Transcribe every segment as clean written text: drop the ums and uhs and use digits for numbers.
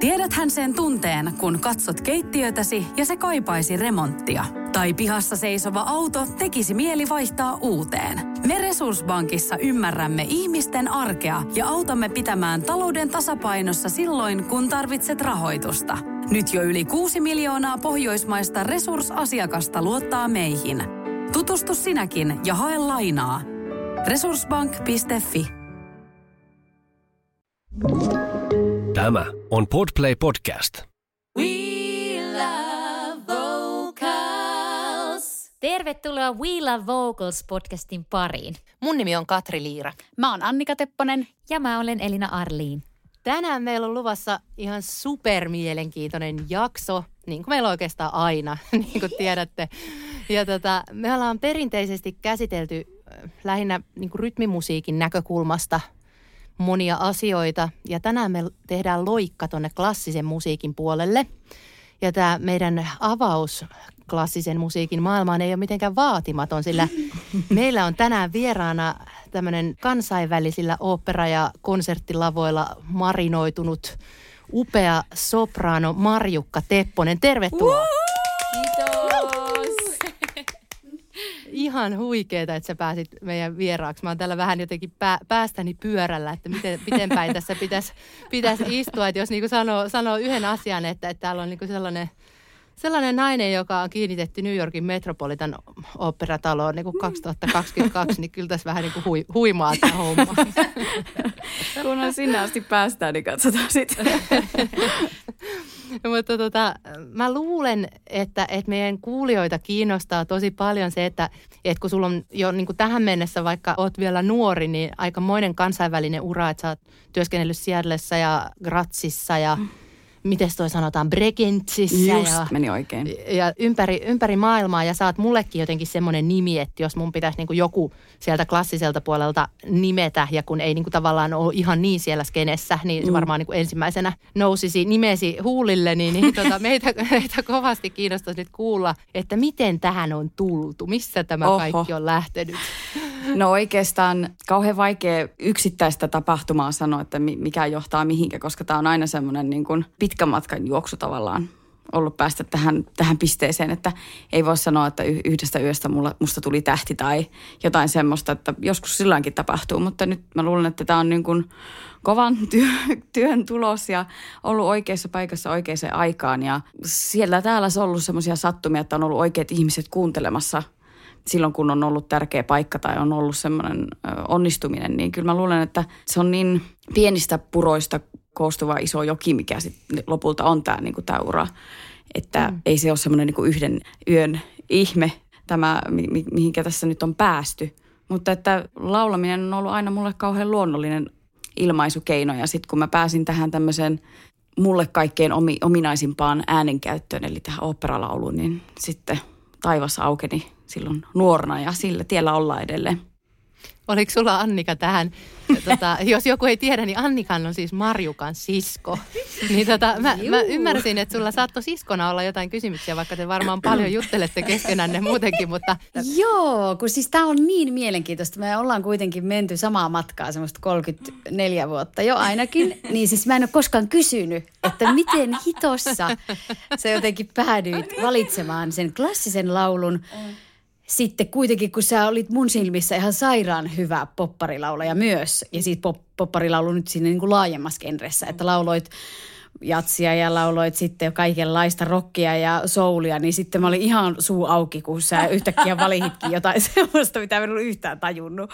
Tiedäthän sen tunteen, kun katsot keittiötäsi ja se kaipaisi remonttia. Tai pihassa seisova auto tekisi mieli vaihtaa uuteen. Me Resurssbankissa ymmärrämme ihmisten arkea ja autamme pitämään talouden tasapainossa silloin, kun tarvitset rahoitusta. Nyt jo yli 6 miljoonaa pohjoismaista resursasiakasta luottaa meihin. Tutustu sinäkin ja hae lainaa. Resurssbank.fi. Tämä on Podplay Podcast. We love vocals. Tervetuloa We Love Vocals podcastin pariin. Mun nimi on Katri Liira. Mä oon Annika Tepponen. Ja mä olen Elina Arliin. Tänään meillä on luvassa ihan supermielenkiintoinen jakso, niin kuin meillä on oikeastaan aina, niin kuin tiedätte. Ja me ollaan perinteisesti käsitelty lähinnä niin kuin rytmimusiikin näkökulmasta monia asioita. Ja tänään me tehdään loikka tonne klassisen musiikin puolelle. Ja tämä meidän avaus klassisen musiikin maailmaan ei ole mitenkään vaatimaton, sillä meillä on tänään vieraana tämmöinen kansainvälisillä opera- ja konserttilavoilla marinoitunut upea sopraano Marjukka Tepponen. Tervetuloa! Kiitos! Ihan huikeeta, että sä pääsit meidän vieraaksi. Mä oon täällä vähän jotenkin päästäni pyörällä, että miten päin tässä pitäisi istua. Että jos niinku sanoo yhden asian, että täällä on niinku sellainen nainen, joka on kiinnitetty New Yorkin Metropolitan Operataloon niin kuin 2022, niin kyllä tässä vähän niin kuin huimaa tämä homma. Kunhan sinne asti päästään, niin katsotaan sitten. Mutta mä luulen, että meidän kuulijoita kiinnostaa tosi paljon se, että kun sulla on jo niin kuin tähän mennessä, vaikka oot vielä nuori, niin aikamoinen kansainvälinen ura, että sä oot työskennellyt Seattlessa ja Grazissa ja mites toi sanotaan, Bregenzissä. Just, meni oikein. Ja ympäri maailmaa, ja sä oot mullekin jotenkin semmoinen nimi, että jos mun pitäisi niinku joku sieltä klassiselta puolelta nimetä, ja kun ei niinku tavallaan ole ihan niin siellä skenessä, niin se varmaan niinku ensimmäisenä nousisi nimesi huulille, niin meitä kovasti kiinnostaisi nyt kuulla, että miten tähän on tultu, missä tämä kaikki on lähtenyt. No oikeastaan kauhean vaikea yksittäistä tapahtumaa sanoa, että mikä johtaa mihinkä, koska tämä on aina semmoinen niin kuin pitkän matkan juoksu tavallaan ollut päästä tähän pisteeseen, että ei voi sanoa, että yhdestä yöstä musta tuli tähti tai jotain semmoista, että joskus silloinkin tapahtuu, mutta nyt mä luulen, että tämä on niin kuin kovan työn tulos ja ollut oikeassa paikassa oikeaan aikaan ja siellä täällä on ollut semmoisia sattumia, että on ollut oikeat ihmiset kuuntelemassa silloin, kun on ollut tärkeä paikka tai on ollut semmoinen onnistuminen, niin kyllä mä luulen, että se on niin pienistä puroista koostuva iso joki, mikä sitten lopulta on tämä niin ura. Että ei se ole semmoinen niin yhden yön ihme, tämä, mihinkä tässä nyt on päästy. Mutta että laulaminen on ollut aina mulle kauhean luonnollinen ilmaisukeino. Ja sitten kun mä pääsin tähän tämmöiseen mulle kaikkein ominaisimpaan äänenkäyttöön, eli tähän oopperalauluun, niin sitten taivas aukeni silloin nuorena ja sillä tiellä ollaan edelleen. Oliko sulla Annika tähän, jos joku ei tiedä, niin Annikan on siis Marjukan sisko. Niin mä ymmärsin, että sulla saattoi siskona olla jotain kysymyksiä, vaikka te varmaan paljon juttelette keskenänne muutenkin, mutta... Joo, kun siis tää on niin mielenkiintoista. Me ollaan kuitenkin menty samaa matkaa, semmoista 34 vuotta jo ainakin. Niin siis mä en ole koskaan kysynyt, että miten hitossa sä jotenkin päädyit valitsemaan sen klassisen laulun. Sitten kuitenkin, kun sä olit mun silmissä ihan sairaan hyvä popparilaulaja myös, ja siitä popparilaulu nyt siinä niin kuin laajemmassa genressä, että lauloit jatsia ja lauloit sitten kaikenlaista rockia ja soulia, niin sitten mä olin ihan suu auki, kun sä yhtäkkiä valihitkin jotain sellaista, mitä en ollut yhtään tajunnut.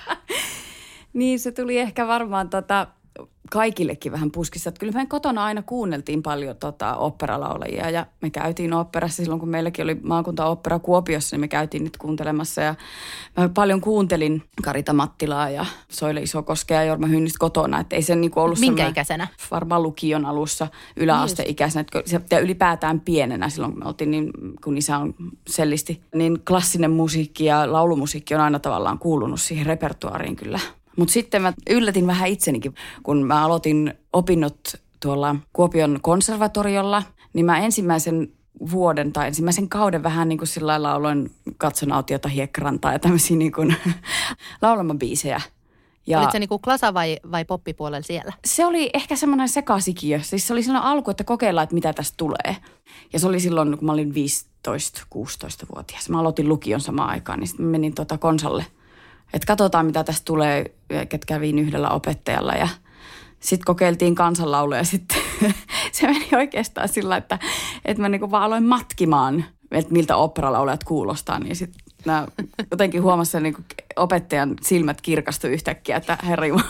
Niin se tuli ehkä varmaan kaikillekin vähän puskissa. Että kyllä me kotona aina kuunneltiin paljon oopperalaulajia ja me käytiin oopperassa silloin, kun meilläkin oli maakuntaooppera Kuopiossa, niin me käytiin nyt kuuntelemassa ja mä paljon kuuntelin Karita Mattilaa ja Soile Isokoskea ja Jorma Hynnistä kotona, että ei se niinku ollut minkä ikäisenä? Varmaan lukion alussa yläasteikäisenä ja ylipäätään pienenä silloin, kun me oltiin niin, kun isä on sellisti, niin klassinen musiikki ja laulumusiikki on aina tavallaan kuulunut siihen repertuaariin kyllä. Mutta sitten mä yllätin vähän itsenikin, kun mä aloitin opinnot tuolla Kuopion konservatoriolla, niin mä ensimmäisen vuoden tai ensimmäisen kauden vähän niin kuin sillä lailla lauloin Katson autiota Hiekkarantaa ja tämmöisiä niin kuin laulamaan biisejä. Olit se niinku klasa vai poppipuolella siellä? Se oli ehkä semmoinen sekasikiö. Siis se oli sellainen alku, että kokeillaan, että mitä tästä tulee. Ja se oli silloin, kun mä olin 15-16-vuotias. Mä aloitin lukion samaan aikaan, niin sitten mä menin konsalle. Että katsotaan, mitä tästä tulee, ketkä kävin yhdellä opettajalla. Ja sitten kokeiltiin kansanlauluja ja sitten se meni oikeastaan sillä, että mä niinku vaan aloin matkimaan, että miltä oopperalaulajat kuulostaa. Niin sitten mä jotenkin huomasin, että niinku opettajan silmät kirkastui yhtäkkiä, että herra Jumala,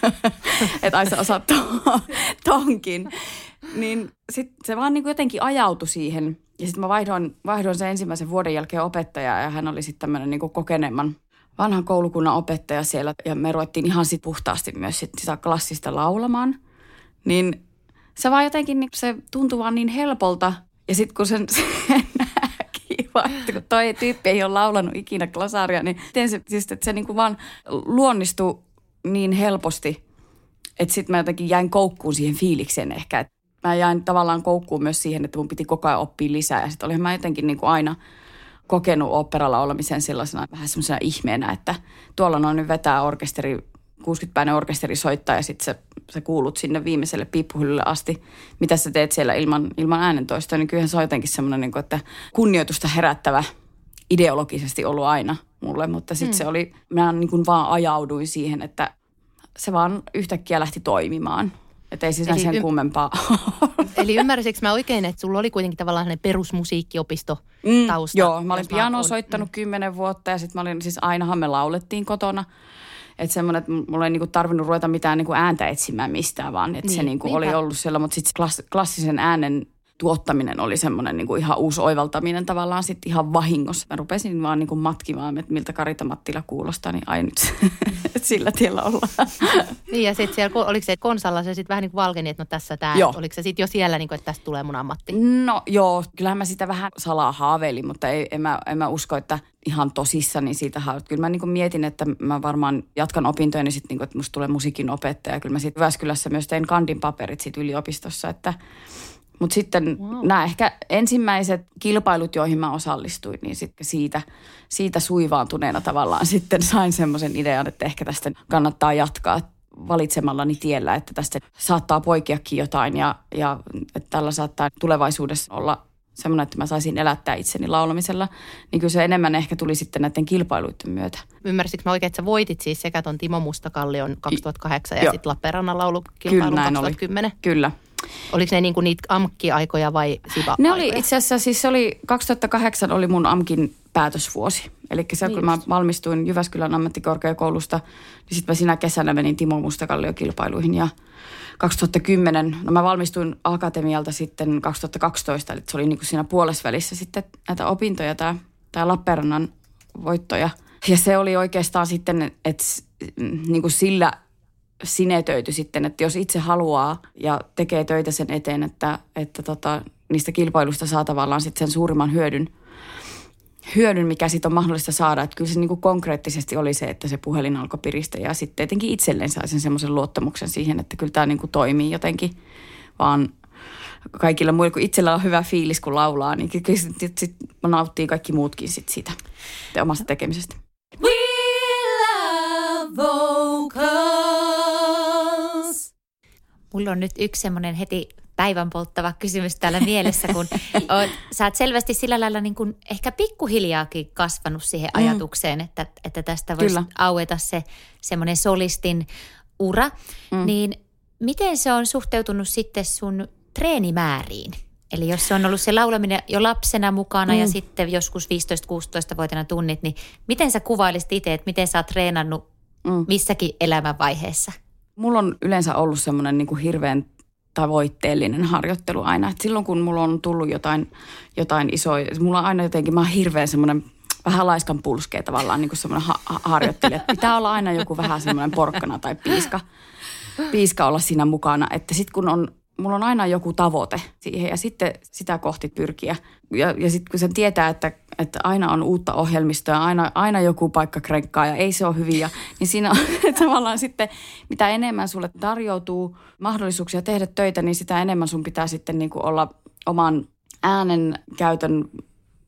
että ai sä osaat tonkin. Niin sitten se vaan niinku jotenkin ajautui siihen. Ja sitten mä vaihdoin sen ensimmäisen vuoden jälkeen opettajaa ja hän oli sitten tämmöinen niinku kokeneemman vanhan koulukunnan opettaja siellä. Ja me ruvettiin ihan sit puhtaasti myös sitä klassista laulamaan. Niin se vaan jotenkin, se tuntui vaan niin helpolta. Ja sitten kun sen näki, kun toi tyyppi ei ole laulanut ikinä klasaria, niin että se niinku vaan luonnistui niin helposti, että sitten mä jotenkin jäin koukkuun siihen fiilikseen ehkä. Et mä jäin tavallaan koukkuun myös siihen, että mun piti koko ajan oppia lisää. Ja sitten olihan mä jotenkin niinku aina kokenut oopperalaulamisen sellaisena vähän semmoisena ihmeenä, että tuolla noin nyt vetää 60-päinen orkesteri soittaa ja sitten sä kuulut sinne viimeiselle piippuhyllylle asti, mitä sä teet siellä ilman äänentoistoa, niin kyllähän se on jotenkin semmoinen, että kunnioitusta herättävä ideologisesti ollut aina mulle, mutta sitten se oli, mä niin kuin vaan ajauduin siihen, että se vaan yhtäkkiä lähti toimimaan. Että ei siis sen kummempaa. Eli ymmärsikö mä oikein, että sulla oli kuitenkin tavallaan sellainen perusmusiikkiopisto tausta? Joo, mä olin pianoa soittanut 10 vuotta ja sitten mä olin, siis ainahan me laulettiin kotona. Että semmoinen, että mulla ei niinku tarvinnut ruveta mitään niinku ääntä etsimään mistään, vaan että se niinku oli ollut siellä. Mutta sitten klassisen äänen tuottaminen oli semmoinen niinku ihan uusi oivaltaminen tavallaan sitten ihan vahingossa. Mä rupesin vaan niinku matkimaan, että miltä Karita Mattila kuulostaa, niin ai nyt sillä tiellä ollaan. Niin ja sitten siellä, oliko se konsalla se sitten vähän niin kuin valkeni, että no tässä tämä, oliko se sitten jo siellä niin kuin, että tästä tulee mun ammatti? No joo, kyllähän mä sitä vähän salaa haaveilin, mutta en mä usko, että ihan tosissani siitä haaveilin. Kyllä mä niin kuin mietin, että mä varmaan jatkan opintojeni sitten, niin kuin, että musta tulee musiikin opettaja. Kyllä mä sitten Jyväskylässä myös tein kandin paperit sitten yliopistossa, että mutta sitten nämä ehkä ensimmäiset kilpailut, joihin mä osallistuin, niin sitten siitä suivaantuneena tavallaan sitten sain semmoisen idean, että ehkä tästä kannattaa jatkaa valitsemallani tiellä, että tästä saattaa poikiakin jotain ja että tällä saattaa tulevaisuudessa olla semmoinen, että mä saisin elättää itseni laulamisella, niin kyllä se enemmän ehkä tuli sitten näiden kilpailuiden myötä. Ymmärsikö mä oikein, että sä voitit siis sekä ton Timo Mustakallion 2008 ja sitten Lappeenrannan laulukilpailun 2010? Kyllä. Oliko ne niinku niitä AMK-aikoja vai SIVA-aikoja? Ne oli itse asiassa, siis se oli 2008 oli mun AMKin päätösvuosi. Eli se, kun mä valmistuin Jyväskylän ammattikorkeakoulusta, niin sitten mä sinä kesänä menin Timo Mustakallion-kilpailuihin. Ja 2010, no mä valmistuin akatemialta sitten 2012, eli se oli niinku siinä puolesvälissä sitten näitä opintoja, tämä Lappeenrannan voittoja. Ja se oli oikeastaan sitten, että niinku sillä sinetöity sitten, että jos itse haluaa ja tekee töitä sen eteen, että niistä kilpailuista saa tavallaan sitten sen suurimman hyödyn, mikä sitten on mahdollista saada. Että kyllä se niinku konkreettisesti oli se, että se puhelin alkoi piristää ja sitten tietenkin itselleen sai sen semmoisen luottamuksen siihen, että kyllä tämä niinku toimii jotenkin, vaan kaikilla muilla, kun itsellä on hyvä fiilis, kun laulaa, niin sitten nauttii kaikki muutkin sit siitä omasta tekemisestä. We love vocals. Mulla on nyt yksi semmoinen heti päivän polttava kysymys täällä mielessä, kun sä oot selvästi sillä lailla niin kuin ehkä pikkuhiljaakin kasvanut siihen ajatukseen, että tästä voisi aueta se semmoinen solistin ura. Niin miten se on suhteutunut sitten sun treenimääriin? Eli jos se on ollut se laulaminen jo lapsena mukana ja sitten joskus 15-16-vuotiaana tunnit, niin miten sä kuvailisit itse, että miten sä oot treenannut missäkin elämänvaiheessa? Mulla on yleensä ollut semmoinen niin kuin hirveän tavoitteellinen harjoittelu aina. Et silloin kun mulla on tullut jotain isoja, mulla on aina jotenkin, mä oon hirveän semmoinen vähän laiskan pulskea tavallaan niin kuin semmoinen harjoittelija. Pitää olla aina joku vähän semmoinen porkkana tai piiska olla siinä mukana. Että sitten kun mulla on aina joku tavoite siihen ja sitten sitä kohti pyrkiä. Ja sitten kun sen tietää, että aina on uutta ohjelmistoa, aina joku paikka krenkkaa ja ei se ole hyviä, niin siinä on tavallaan sitten, mitä enemmän sulle tarjoutuu mahdollisuuksia tehdä töitä, niin sitä enemmän sun pitää sitten niin kuin olla oman äänen käytön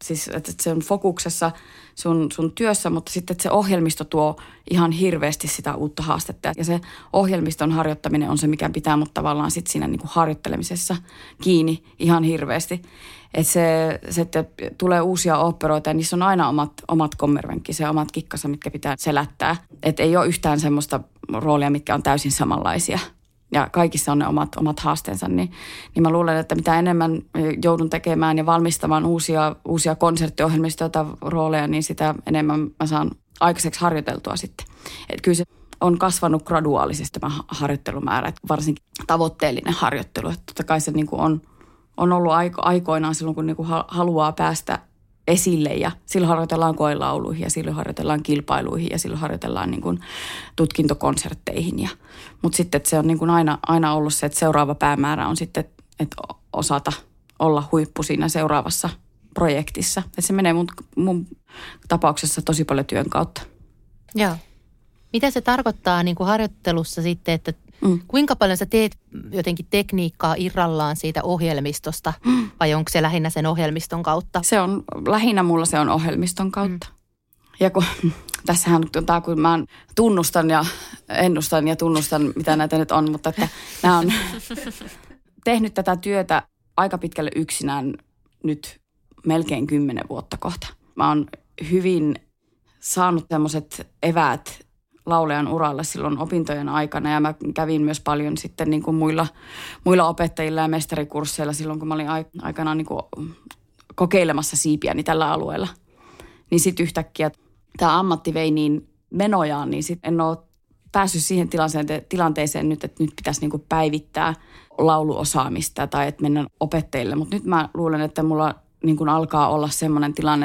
siis että se on fokuksessa sun työssä, mutta sitten että se ohjelmisto tuo ihan hirveästi sitä uutta haastetta. Ja se ohjelmiston harjoittaminen on se, mikä pitää mut tavallaan sitten siinä niin kuin harjoittelemisessa kiinni ihan hirveästi. Että se että tulee uusia oopperoita ja niissä on aina omat kommervenkkinsä ja omat kikkansa, mitkä pitää selättää. Että ei ole yhtään semmoista roolia, mitkä on täysin samanlaisia. Ja kaikissa on ne omat haasteensa, niin mä luulen, että mitä enemmän joudun tekemään ja valmistamaan uusia konserttiohjelmistoja tai rooleja, niin sitä enemmän mä saan aikaiseksi harjoiteltua sitten. Että kyllä se on kasvanut graduaalisesti tämä harjoittelumäärä, että varsinkin tavoitteellinen harjoittelu. Että totta kai se niin kuin on ollut aikoinaan silloin, kun niin kuin haluaa päästä esille ja silloin harjoitellaan koelauluihin ja silloin harjoitellaan kilpailuihin ja silloin harjoitellaan niin kuin tutkintokonsertteihin. Mutta sitten että se on niin kuin aina ollut se, että seuraava päämäärä on sitten, että osata olla huippu siinä seuraavassa projektissa. Että se menee mun tapauksessa tosi paljon työn kautta. Joo. Mitä se tarkoittaa niin kuin harjoittelussa sitten, että kuinka paljon sä teet jotenkin tekniikkaa irrallaan siitä ohjelmistosta vai onko se lähinnä sen ohjelmiston kautta? Lähinnä mulla se on ohjelmiston kautta. Ja tässähän kun mä tunnustan ja ennustan ja tunnustan, mitä näitä nyt on, mutta että mä oon tehnyt tätä työtä aika pitkälle yksinään nyt melkein 10 vuotta kohta. Mä oon hyvin saanut semmoiset eväät laulajan uralle silloin opintojen aikana ja mä kävin myös paljon sitten niin kuin muilla opettajilla ja mestarikursseilla silloin, kun mä olin aikanaan niin kuin kokeilemassa siipiäni tällä alueella. Niin sitten yhtäkkiä tämä ammatti vei niin menojaan, niin sitten en ole päässyt siihen tilanteeseen nyt, että nyt pitäisi niin kuin päivittää lauluosaamista tai että mennä opettajille. Mutta nyt mä luulen, että mulla niin kuin alkaa olla semmoinen tilanne,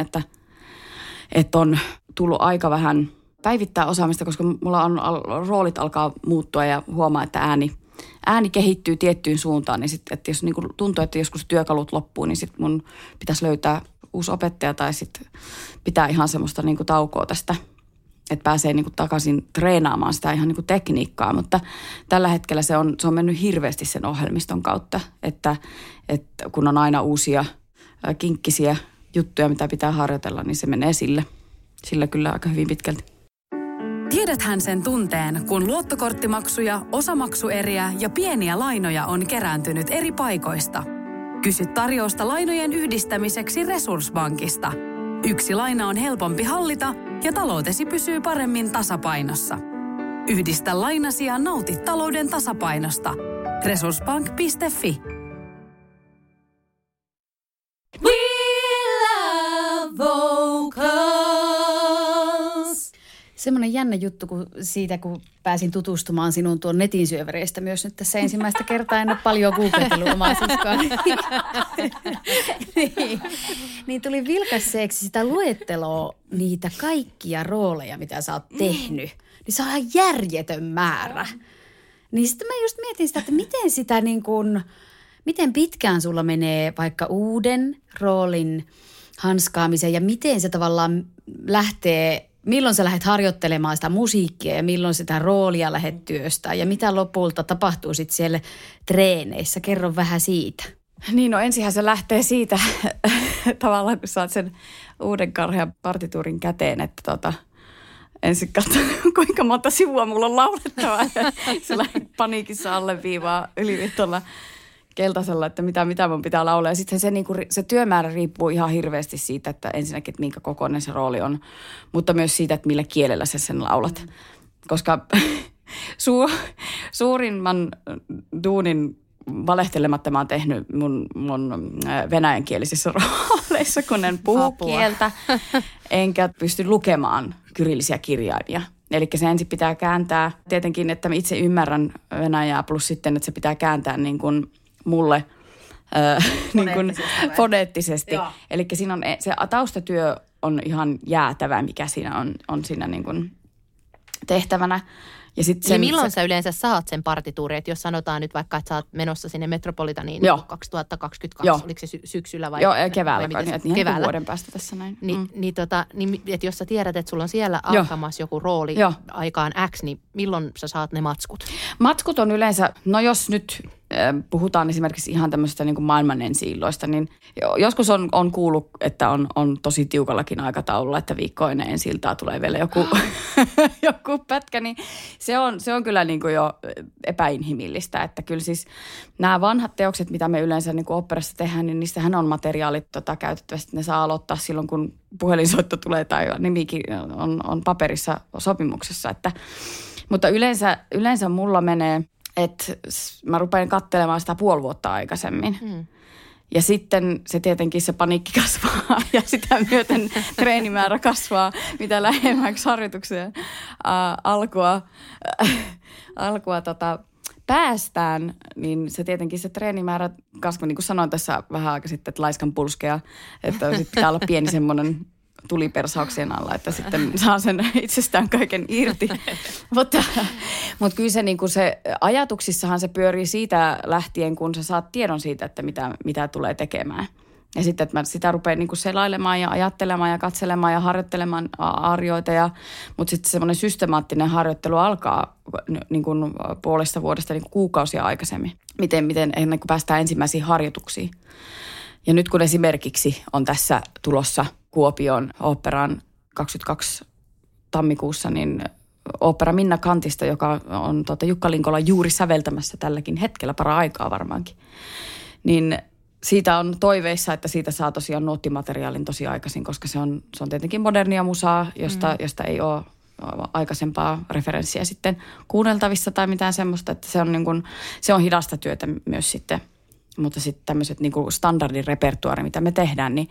että on tullut aika vähän päivittää osaamista, koska mulla on roolit alkaa muuttua ja huomaa, että ääni kehittyy tiettyyn suuntaan. Niin sit, että jos niin kuin tuntuu, että joskus työkalut loppuu, niin sitten mun pitäisi löytää uusi opettaja tai sitten pitää ihan semmoista niin kuin taukoa tästä, että pääsee niin kuin takaisin treenaamaan sitä ihan niin kuin tekniikkaa. Mutta tällä hetkellä se on mennyt hirveästi sen ohjelmiston kautta, että kun on aina uusia kinkkisiä juttuja, mitä pitää harjoitella, niin se menee sillä kyllä aika hyvin pitkälti. Tiedäthän sen tunteen, kun luottokorttimaksuja, osamaksueriä ja pieniä lainoja on kerääntynyt eri paikoista. Kysy tarjousta lainojen yhdistämiseksi Resurssbankista. Yksi laina on helpompi hallita ja taloutesi pysyy paremmin tasapainossa. Yhdistä lainasi ja nauti talouden tasapainosta. Resurssbank.fi. We love vocals. Semmoinen jännä juttu siitä, kun pääsin tutustumaan sinun tuon netin syövereistä myös nyt tässä ensimmäistä kertaa. En ole paljon googletellut omaa siskoa. niin tuli vilkasseeksi sitä luetteloa niitä kaikkia rooleja, mitä sä oot tehnyt. Niin se on ihan järjetön määrä. Niin sitten mä just mietin sitä, että miten sitä niin kuin, miten pitkään sulla menee vaikka uuden roolin hanskaamiseen ja miten se tavallaan lähtee, milloin sä lähdet harjoittelemaan sitä musiikkia ja milloin sitä roolia lähdet työstään ja mitä lopulta tapahtuu sitten siellä treeneissä. Kerro vähän siitä. Niin, no ensinhän se lähtee siitä tavallaan, kun saat sen uuden karhean partituurin käteen, että ensin katso, kuinka monta sivua mulla on laulettavaa. Sillä paniikissa alleviivaa ylivittolla keltaisella, että mitä mun pitää laulaa. Ja sitten se työmäärä riippuu ihan hirveästi siitä, että ensinnäkin, että minkä kokoinen se rooli on, mutta myös siitä, että millä kielellä sä sen laulat. Koska suurimman duunin valehtelematta mä oon tehnyt mun venäjänkielisissä rooleissa, kun en puhu kieltä, enkä pysty lukemaan kyrillisiä kirjaimia. Eli se ensin pitää kääntää, tietenkin, että mä itse ymmärrän venäjää, plus sitten, että se pitää kääntää niin kuin mulle niin kuin foneettisesti. Eli siinä on, se taustatyö on ihan jäätävä, mikä siinä on siinä niin kuin tehtävänä. Ja milloin sä yleensä saat sen partituurin? Että jos sanotaan nyt vaikka, että sä oot menossa sinne Metropolitaniin 2022, oliko se syksyllä vai? Joo, keväällä. Keväällä. Vuoden päästä tässä näin. Niin, että jos sä tiedät, että sulla on siellä alkamassa joku rooli aikaan X, niin milloin sä saat ne matskut? Matskut on yleensä, no jos nyt puhutaan esimerkiksi ihan tämmöisistä niin kuin maailman ensi-illoista, niin joskus on kuullut, että on tosi tiukallakin aikataululla, että viikko ennen ensi-iltaa tulee vielä joku pätkä, niin se on kyllä niin kuin jo epäinhimillistä, että kyllä siis nämä vanhat teokset, mitä me yleensä niin kuin oopperassa tehdään, niin niistähän on materiaalit käytettävästi, ne saa aloittaa silloin, kun puhelinsoitto tulee tai nimikin on paperissa sopimuksessa, mutta yleensä mulla menee, että mä rupean katselemaan sitä puoli vuotta aikaisemmin. Ja sitten se tietenkin se paniikki kasvaa ja sitä myöten treenimäärä kasvaa, mitä lähemmäksi harjoitukseen alkua päästään, niin se tietenkin se treenimäärä kasvaa. Niin kuin sanoin tässä vähän aika sitten, että laiskan pulskea, että sitten pitää olla pieni semmoinen tulipersauksien alla, että sitten saa sen itsestään kaiken irti. Mutta kyllä se, niin kuin se ajatuksissahan se pyörii siitä lähtien, kun sä saat tiedon siitä, että mitä tulee tekemään. Ja sitten, että mä sitä rupean niin kuin selailemaan ja ajattelemaan ja katselemaan ja harjoittelemaan arjoita. Mutta sitten semmoinen systemaattinen harjoittelu alkaa niin kuin puolesta vuodesta niin kuin kuukausia aikaisemmin. Miten ennen kuin päästään ensimmäisiin harjoituksiin. Ja nyt kun esimerkiksi on tässä tulossa Kuopion oopperaan 22 tammikuussa, niin ooppera Minna Kantista, joka on Jukka Linkola juuri säveltämässä tälläkin hetkellä, para-aikaa varmaankin, niin siitä on toiveissa, että siitä saa tosiaan nuottimateriaalin tosi aikaisin, koska se on tietenkin modernia musaa, josta ei ole aikaisempaa referenssiä sitten kuunneltavissa tai mitään semmoista, että se on hidasta työtä myös sitten. Mutta sitten tämmöiset niin kuin standardin repertuaari, mitä me tehdään, niin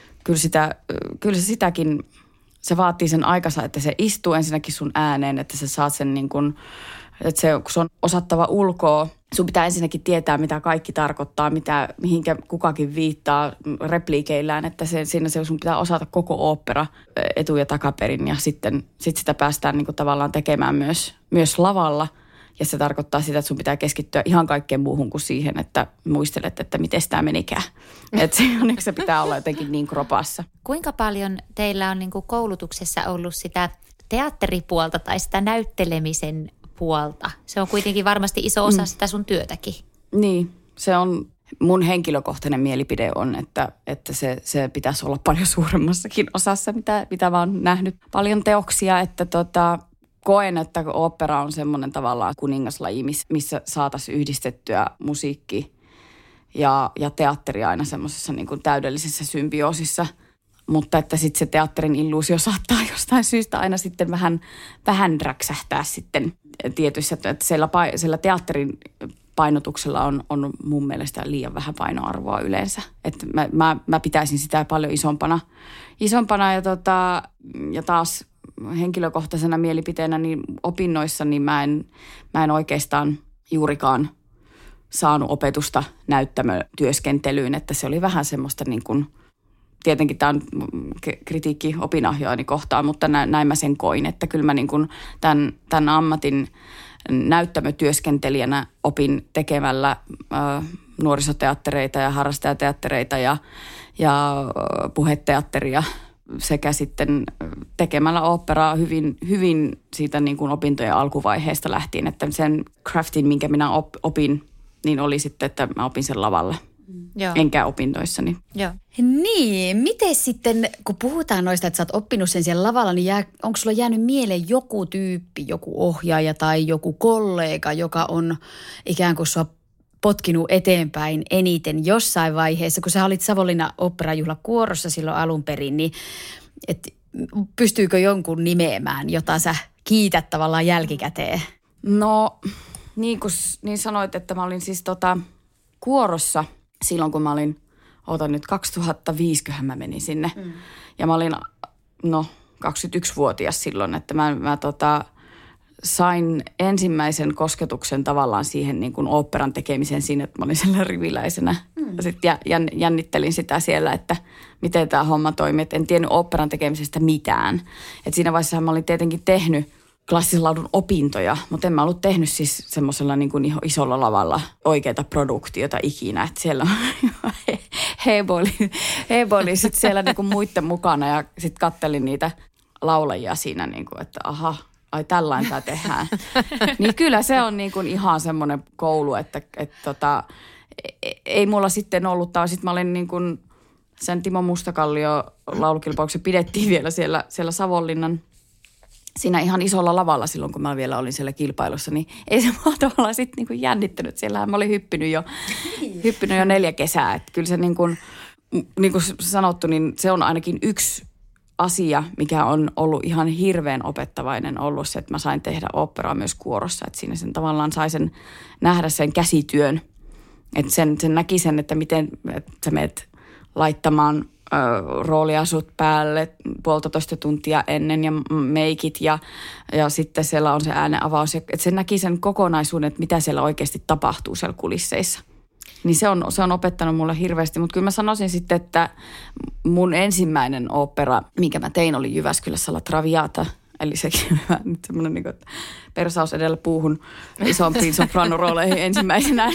kyllä se sitäkin, se vaatii sen aikansa, että se istuu ensinnäkin sun ääneen, että sä saat sen niin kuin, että kun se on osattava ulkoa, sun pitää ensinnäkin tietää, mitä kaikki tarkoittaa, mihinkä kukakin viittaa repliikeillään, että siinä sun pitää osata koko ooppera etu- ja takaperin ja sitten sitä päästään niin kuin tavallaan tekemään myös lavalla. Ja se tarkoittaa sitä, että sun pitää keskittyä ihan kaikkeen muuhun kuin siihen, että muistelet, että miten tämä menikään. Että se pitää olla jotenkin niin kropassa. Kuinka paljon teillä on niin kuin koulutuksessa ollut sitä teatteripuolta tai sitä näyttelemisen puolta? Se on kuitenkin varmasti iso osa sitä sun työtäkin. Niin, se on mun henkilökohtainen mielipide on, että se pitäisi olla paljon suuremmassakin osassa, mitä mä oon nähnyt paljon teoksia, että koen, että ooppera on semmoinen tavallaan kuningaslaji, missä saataisiin yhdistettyä musiikki ja teatteri aina semmoisessa niin kuin täydellisessä symbioosissa. Mutta että sitten se teatterin illuusio saattaa jostain syystä aina sitten vähän räksähtää sitten tietyissä, että siellä teatterin painotuksella on mun mielestä liian vähän painoarvoa yleensä. Että mä pitäisin sitä paljon isompana ja taas henkilökohtaisena mielipiteenä niin opinnoissa niin mä en oikeastaan juurikaan saanut opetusta näyttämötyöskentelyyn, että se oli vähän semmoista niin kuin, tietenkin tämä on kritiikki opinahjoani kohtaan, mutta näin mä sen koin, että kyllä mä niin kuin tämän ammatin näyttämötyöskentelijänä opin tekemällä nuorisoteattereita ja harrastajateattereita ja puheteatteria sekä sitten tekemällä oopperaa hyvin siitä niin kuin opintojen alkuvaiheesta lähtien, että sen craftin, minkä minä opin, niin oli sitten, että mä opin sen lavalla. Joo. Enkä opintoissani. Joo. Niin, miten sitten, kun puhutaan noista, että sä oot oppinut sen siellä lavalla, niin onko sulla jäänyt mieleen joku tyyppi, joku ohjaaja tai joku kollega, joka on ikään kuin sua potkinut eteenpäin eniten jossain vaiheessa, kun sä olit Savonlinnan oopperajuhlakuorossa silloin alun perin, niin pystyykö jonkun nimeämään, jota sä kiität tavallaan jälkikäteen? No, niin kuin sanoit, että mä olin siis kuorossa silloin, kun mä olin, 2005 mä menin sinne. Ja mä olin, 21-vuotias silloin, että mä sain ensimmäisen kosketuksen tavallaan siihen niin kuin oopperan tekemiseen siinä, että mä olin siellä riviläisenä. Ja sitten jännittelin sitä siellä, että miten tämä homma toimii. Et en tiennyt oopperan tekemisestä mitään. Et siinä vaiheessa mä olin tietenkin tehnyt klassisen laulun opintoja, mutta en mä ollut tehnyt siis semmoisella niin kuin isolla lavalla oikeita produktiota ikinä. Että siellä heboili sitten siellä niin kuin muiden mukana ja sitten kattelin niitä laulajia siinä, niin kuin, että ai tällainen tämä tehdään. Niin kyllä se on niin kuin ihan semmoinen koulu, että ei mulla sitten ollut, tai sitten mä olin niin kuin sen Timo Mustakallio laulukilpauksen pidettiin vielä siellä Savonlinnan siinä ihan isolla lavalla silloin, kun mä vielä olin siellä kilpailussa, niin ei se mua tavallaan sitten niin kuin jännittänyt. Siellähän mä olin hyppinyt jo 4 kesää. Että kyllä se niin kuin sanottu, niin se on ainakin yksi asia, mikä on ollut ihan hirveän opettavainen ollut se, että mä sain tehdä oopperaa myös kuorossa. Että siinä sen tavallaan sai sen nähdä sen käsityön. Että sen näki sen, että miten että sä menet laittamaan rooliasut päälle 1,5 tuntia ennen ja meikit ja sitten siellä on se äänenavaus. Että se näki sen kokonaisuuden, että mitä siellä oikeasti tapahtuu siellä kulisseissa. Niin se on opettanut mulle hirveästi, mutta kyllä mä sanoisin sitten, että mun ensimmäinen opera, minkä mä tein, oli Jyväskylässä La Traviata. Eli sekin on nyt semmoinen niin kuin, että persaus edellä puuhun isompiin sopranorooleihin ensimmäisenä.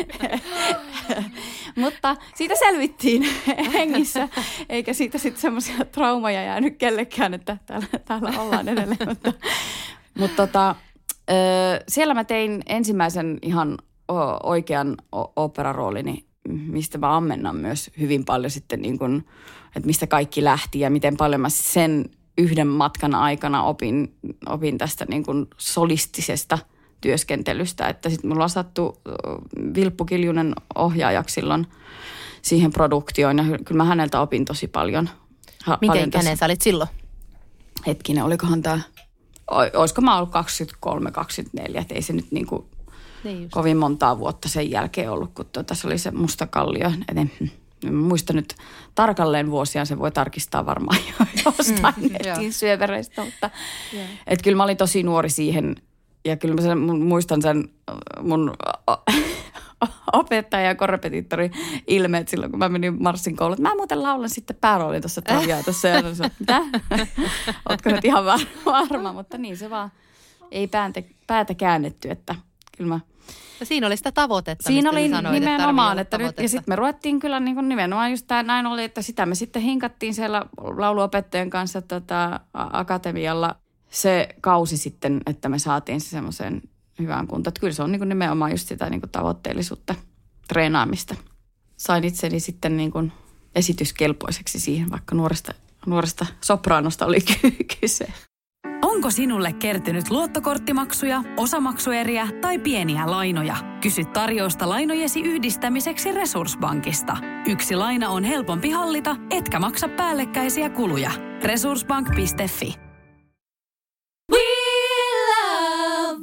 Mutta siitä selvittiin hengissä, eikä siitä sitten semmoisia traumaja jäänyt kellekään, että täällä ollaan edelleen. Mutta siellä mä tein ensimmäisen ihan oikean operaroolini, mistä mä ammennan myös hyvin paljon sitten, niin kuin, että mistä kaikki lähti ja miten paljon mä sen yhden matkan aikana opin tästä niin kuin solistisesta työskentelystä. Että sitten mulla on sattu Vilppu Kiljunen ohjaajaksi silloin siihen produktioon ja kyllä mä häneltä opin tosi paljon. Minkä ikäinen sä olit silloin? Hetkinen, olikohan tämä, olisiko mä ollut 23-24, että ei se nyt niin kuin kovin montaa vuotta sen jälkeen ollut, kun se oli se Mustakallio. En muista nyt tarkalleen vuosia, se voi tarkistaa varmaan jostain netin syövereistä, mutta että kyllä mä olin tosi nuori siihen ja kyllä mä muistan sen mun opettaja ja korrepetiittori ilmeet silloin, kun mä menin Marssin kouluun, että mä muuten laulan sitten pääroolin tuossa Traviatassa ja mitä? Ootko nyt ihan varma, mutta niin se vaan ei päätä käännetty, että kyllä mä. Siinä oli sitä tavoitetta. Siinä oli sanoit, nimenomaan, että nyt, ja sitten me ruvettiin kyllä niin kuin nimenomaan just tämä näin oli, että sitä me sitten hinkattiin siellä lauluopettajan kanssa akatemialla se kausi sitten, että me saatiin se semmoiseen hyvään kuntoon. Että kyllä se on niin kuin nimenomaan just sitä niin kuin tavoitteellisuutta, treenaamista. Sain itseni sitten niin kuin esityskelpoiseksi siihen, vaikka nuoresta sopraanosta oli kyse. Onko sinulle kertynyt luottokorttimaksuja, osamaksueriä tai pieniä lainoja? Kysy tarjousta lainojesi yhdistämiseksi Resurssbankista. Yksi laina on helpompi hallita, etkä maksa päällekkäisiä kuluja. Resurssbank.fi. We love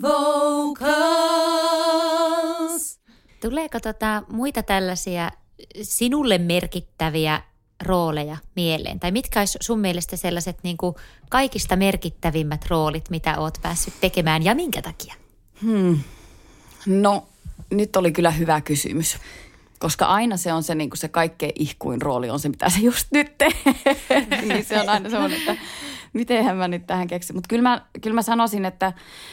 vocals. Tuleeko muita tällaisia sinulle merkittäviä rooleja mieleen? Tai mitkä olisi sun mielestä sellaiset niin kuin kaikista merkittävimmät roolit, mitä oot päässyt tekemään ja minkä takia? No, nyt oli kyllä hyvä kysymys. Koska aina se on se, niin kuin se kaikkein ihkuin rooli on se, mitä sä just nyt teet. Niin se on aina semmoinen, että mitenhän mä nyt tähän keksin. Mutta kyllä mä sanoisin, että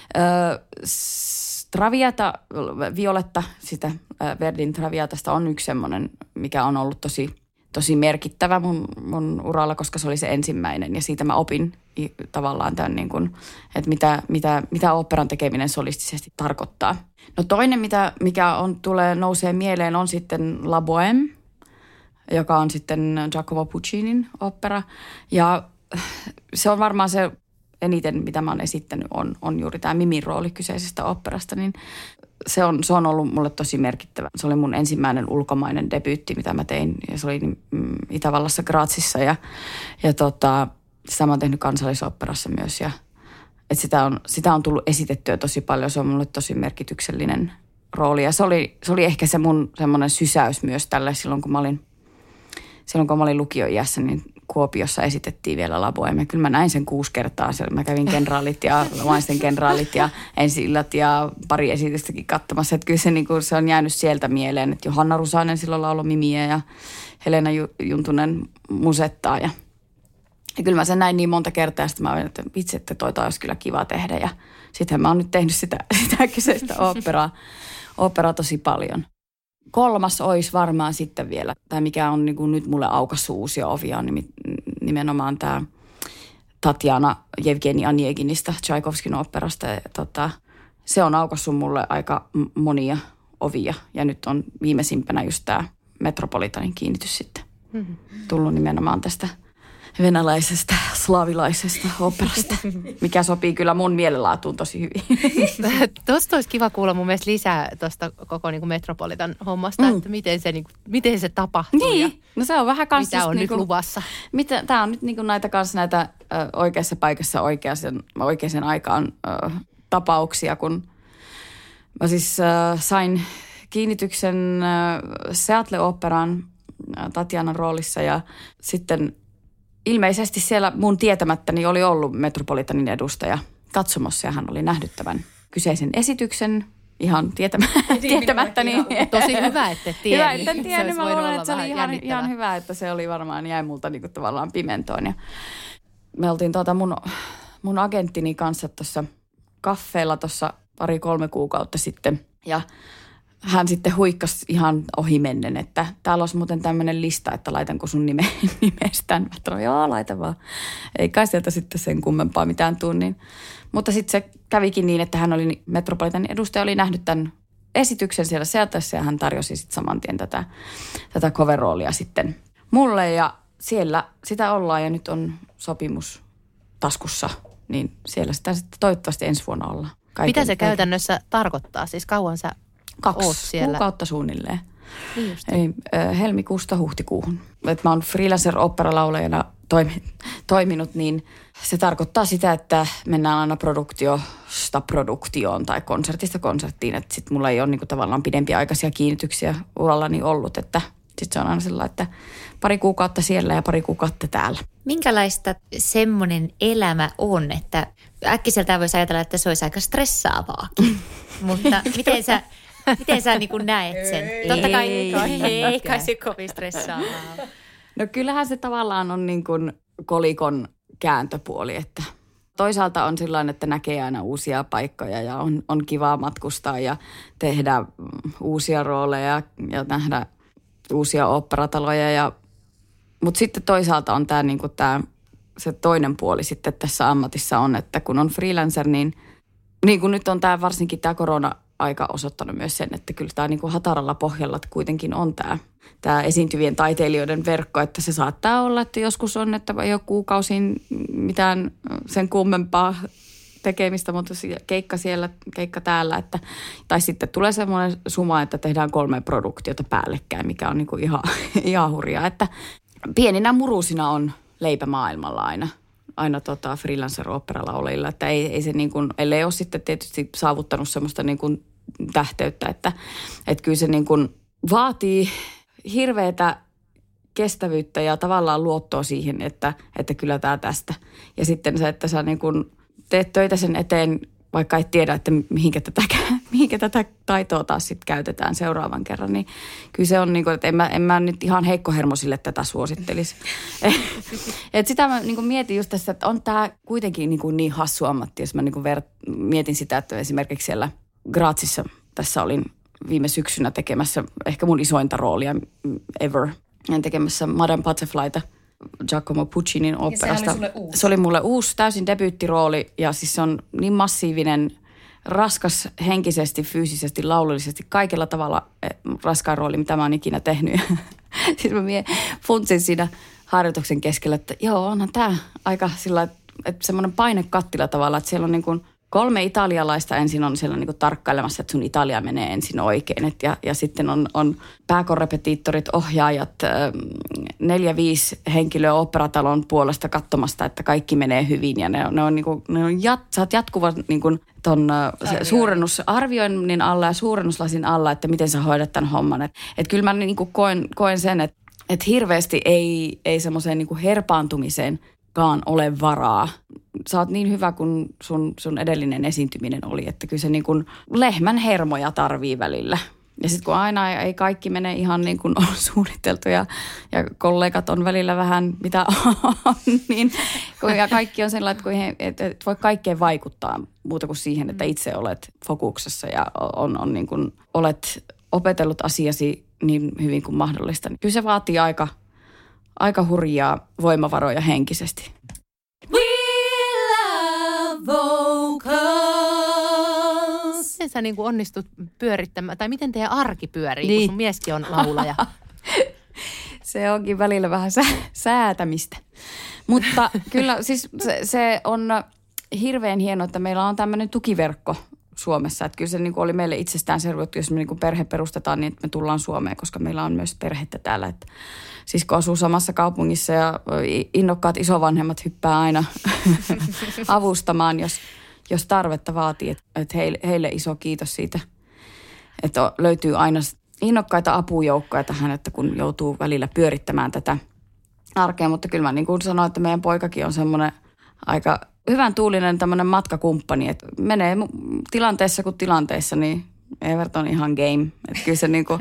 Traviata, Violetta, sitä Verdin Traviatasta on yksi semmoinen, mikä on ollut tosi merkittävä mun uralla, koska se oli se ensimmäinen. Ja siitä mä opin tavallaan tämän, niin kuin, että mitä oopperan tekeminen solistisesti tarkoittaa. No toinen, mikä nousee mieleen, on sitten La Bohème, joka on sitten Giacomo Puccinin opera. Ja se on varmaan se eniten, mitä mä oon esittänyt, on juuri tämä Mimin rooli kyseisestä oopperasta. Niin se on ollut mulle tosi merkittävä. Se oli mun ensimmäinen ulkomainen debyytti, mitä mä tein. Ja se oli Itävallassa Grazissa ja sitä mä oon tehnyt Kansallisoopperassa myös. Ja, sitä on tullut esitettyä tosi paljon. Se on mulle tosi merkityksellinen rooli. Ja se oli ehkä se mun semmoinen sysäys myös tälle silloin, kun mä olin lukioiässä, niin Kuopiossa esitettiin vielä La Bohème. Kyllä mä näin sen 6 kertaa. Mä kävin kenraalit ja maisten kenraalit ja ensi-illat ja pari esitystäkin katsomassa. Että kyllä se on jäänyt sieltä mieleen, että Johanna Rusanen silloin lauloi Mimiä ja Helena Juntunen musettaa. Ja kyllä mä sen näin niin monta kertaa, ja sitten mä olin, että vitsi, että toita olisi kyllä kiva tehdä. Ja sittenhän mä oon nyt tehnyt sitä kyseistä oopperaa tosi paljon. 3. olisi varmaan sitten vielä, tai mikä on niin kuin nyt mulle aukaissut uusia ovia, on nimenomaan Tatjana Jevgeni Onjeginista, Tchaikovskin oopperasta. Se on aukaissut mulle aika monia ovia ja nyt on viimeisimpänä just tämä Metropolitanin kiinnitys sitten. Tullut nimenomaan tästä venäläisestä, slaavilaisesta oopperasta, mikä sopii kyllä mun mielenlaatuun tosi hyvin. Tuosta olisi kiva kuulla mun mielestä lisää tuosta koko niin kuin Metropolitan hommasta, että miten se tapahtuu ja no se on vähän kans mitä on nyt luvassa. Tämä on nyt niin kuin näitä oikeassa paikassa oikeaan aikaan tapauksia, kun mä siis sain kiinnityksen Seattle-oopperaan Tatjanan roolissa ja sitten ilmeisesti siellä mun tietämättäni oli ollut Metropolitanin edustaja katsomossa ja hän oli nähnyt tämän kyseisen esityksen ihan tietämättäni. Tosi hyvä, että tiedä. Hyvä, että en tiedä. Mä luulen, että se oli ihan hyvä, että se oli varmaan jäi multa niinku tavallaan pimentoon. Ja me oltiin mun agenttini kanssa tuossa kaffeella tuossa 2-3 kuukautta sitten ja hän sitten huikkasi ihan ohimennen, että täällä olisi muuten tämmöinen lista, että laitanko sun nimestään. Mä sanoin, joo, laita vaan. Ei kai sieltä sitten sen kummempaa mitään tunnin. Mutta sitten se kävikin niin, että hän oli Metropolitanin edustaja, oli nähnyt tämän esityksen siellä Seatlessa ja hän tarjosi sitten saman tien tätä cover-roolia sitten mulle. Ja siellä sitä ollaan ja nyt on sopimus taskussa, niin siellä sitä sitten toivottavasti ensi vuonna ollaan. Mitä se käytännössä tarkoittaa? Siis kauan sä 2 kuukautta suunnilleen. Niin eli helmikuusta huhtikuuhun. Et mä oon freelancer-oopperalaulajana toiminut, niin se tarkoittaa sitä, että mennään aina produktiosta produktioon tai konsertista konserttiin. Että sit mulla ei ole niinku tavallaan pidempiaikaisia kiinnityksiä urallani ollut, että sit se on aina sellainen, että 2 kuukautta siellä ja 2 kuukautta täällä. Minkälaista semmoinen elämä on, että äkkiseltään voisi ajatella, että se olisi aika stressaavaakin, mutta miten sä niin kuin näet sen? Totta kai ei kai se kovin stressaavaa. No kyllähän se tavallaan on niin kuin kolikon kääntöpuoli, että toisaalta on sellainen, että näkee aina uusia paikkoja ja on kivaa matkustaa ja tehdä uusia rooleja ja nähdä uusia oopperataloja. Mutta sitten toisaalta on tämä niinku se toinen puoli sitten tässä ammatissa on, että kun on freelancer, niin kuin nyt on tämä varsinkin tämä korona-aika osoittanut myös sen, että kyllä tämä niinku hataralla pohjalla kuitenkin on tämä esiintyvien taiteilijoiden verkko, että se saattaa olla, että joskus on, että ei ole kuukausiin mitään sen kummempaa tekemistä, mutta keikka siellä, keikka täällä, tai sitten tulee semmoinen suma, että tehdään 3 produktiota päällekkäin, mikä on niinku ihan hurjaa, että pieninä murusina on leipä maailmalla aina freelancer-oopperalaulajilla, että ei se niin kuin, ellei ole sitten tietysti saavuttanut semmoista niin kuin tähteyttä, että kyllä se niin kuin vaatii hirveätä kestävyyttä ja tavallaan luottoa siihen, että kyllä tämä tästä. Ja sitten se, että sä niin kuin teet töitä sen eteen, vaikka et tiedä, että mihinkä tätä taitoa taas sitten käytetään seuraavan kerran, niin kyllä se on niin kuin, että en mä nyt ihan heikkohermosille tätä suosittelisi. Et sitä mä niin kuin mietin just tässä, että on tämä kuitenkin niin hassu ammatti, jos mä niin kuin mietin sitä, että esimerkiksi siellä Grazissa tässä olin viime syksynä tekemässä ehkä mun isointa roolia ever, tekemässä Madame Butterflyta Giacomo Puccinin oopperasta. Se oli mulle uusi täysin debyyttirooli ja siis se on niin massiivinen, raskas henkisesti, fyysisesti, laulullisesti, kaikella tavalla raskaan rooli, mitä mä oon ikinä tehnyt. Siis mä funtsin siinä harjoituksen keskellä, että joo, onhan tää aika sillä, että semmoinen painekattila tavalla, että siellä on niin kuin 3 italialaista ensin on siellä niin kuin tarkkailemassa, että sun Italia menee ensin oikein. Ja sitten on pääkorrepetiittorit, ohjaajat, 4-5 henkilöä oopperatalon puolesta katsomasta, että kaikki menee hyvin. Ja ne on niin kuin, sä oot jatkuva niin kuin ton suurennusarvioinnin alla ja suurennuslasin alla, että miten sä hoidat tämän homman. Että kyllä mä niin kuin koen sen, että hirveästi ei semmoiseen niin kuin herpaantumiseenkaan ole varaa. Sä oot niin hyvä kuin sun edellinen esiintyminen oli, että kyllä se niin kuin lehmän hermoja tarvii välillä. Ja sitten kun aina ei kaikki mene ihan niin kuin on suunniteltu ja kollegat on välillä vähän mitä on, niin ja kaikki on sellainen, että et voi kaikkeen vaikuttaa muuta kuin siihen, että itse olet fokuksessa ja on niin kuin, olet opetellut asiasi niin hyvin kuin mahdollista. Kyllä se vaatii aika hurjaa voimavaroja henkisesti. We miten sä niin kuin onnistut pyörittämään, tai miten teidän arki pyörii, kun sun mieskin on laulaja? Se onkin välillä vähän säätämistä. Mutta kyllä siis se on hirveän hienoa, että meillä on tämmöinen tukiverkko Suomessa. Että kyllä se niin kuin oli meille itsestäänselvä, että jos me niin kuin perhe perustetaan, niin että me tullaan Suomeen, koska meillä on myös perhettä täällä. Että sisko asuu samassa kaupungissa ja innokkaat isovanhemmat hyppää aina avustamaan, jos tarvetta vaatii. Että heille iso kiitos siitä, että löytyy aina innokkaita apujoukkoja tähän, että kun joutuu välillä pyörittämään tätä arkea. Mutta kyllä mä niin kuin sanoin, että meidän poikakin on semmoinen aika hyvän tuulinen tämmöinen matkakumppani, että menee tilanteessa kuin tilanteessa, niin Evert on ihan game. Että kyllä se niinku,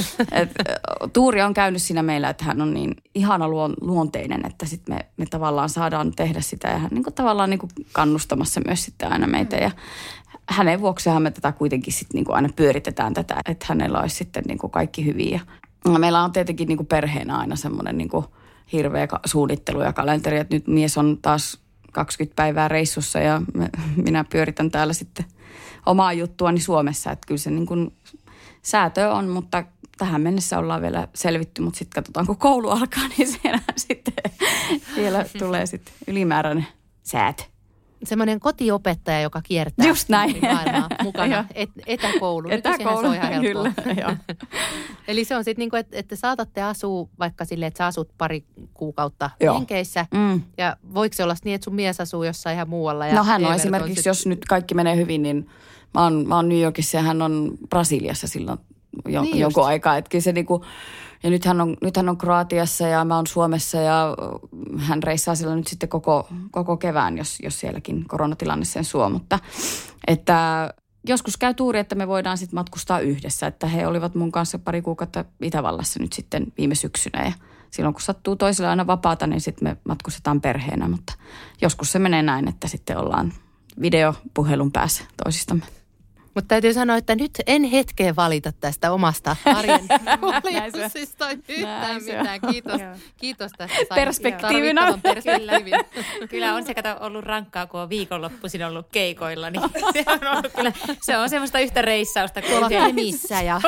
Tuuri on käynyt siinä meillä, että hän on niin ihana luonteinen, että sitten me tavallaan saadaan tehdä sitä ja hän niinku tavallaan niinku kannustamassa myös sitten aina meitä ja hänen vuoksihan me tätä kuitenkin sitten niinku aina pyöritetään tätä, että hänellä olisi sitten niinku kaikki hyvin ja meillä on tietenkin niinku perheenä aina semmoinen niinku hirveä suunnittelu ja kalenteri, että nyt mies on taas 20 päivää reissussa ja minä pyöritän täällä sitten omaa juttuani Suomessa. Että kyllä se niin kuin säätö on, mutta tähän mennessä ollaan vielä selvitty, mutta sitten katsotaan, kun koulu alkaa, niin siellä sitten vielä tulee sitten ylimääräinen säätö. Semmoinen kotiopettaja, joka kiertää just näin maailmaa mukana. Etäkoulu. Etäkoulu, se on ihan helppoa. Kyllä. Eli se on sitten niin kuin, että saatatte asua vaikka silleen, että sä asut pari kuukautta Jenkeissä. Ja voiko se olla niin, että sun mies asuu jossain ihan muualla? Ja no hän on esimerkiksi, jos nyt kaikki menee hyvin, niin mä oon New Yorkissa ja hän on Brasiliassa silloin jonkun aikaa. Että se niinku, ja nyt hän on Kroatiassa ja mä oon Suomessa ja hän reissaa silloin nyt sitten koko kevään, jos sielläkin koronatilanne sen suo. Mutta että joskus käy tuuri, että me voidaan sitten matkustaa yhdessä. Että he olivat mun kanssa pari kuukautta Itävallassa nyt sitten viime syksynä ja silloin kun sattuu toisella aina vapaata, niin sitten me matkustetaan perheenä. Mutta joskus se menee näin, että sitten ollaan videopuhelun päässä toisistamme. Mutta täytyy sanoa, että nyt en hetkeä valita tästä omasta arjen kuljetuksista yhtään mitään. Kiitos tästä. Perspektiivinä. Kyllä on se ollut rankkaa, kun on viikonloppuisin ollut keikoilla. Niin se on semmoista yhtä reissausta kuin missä ja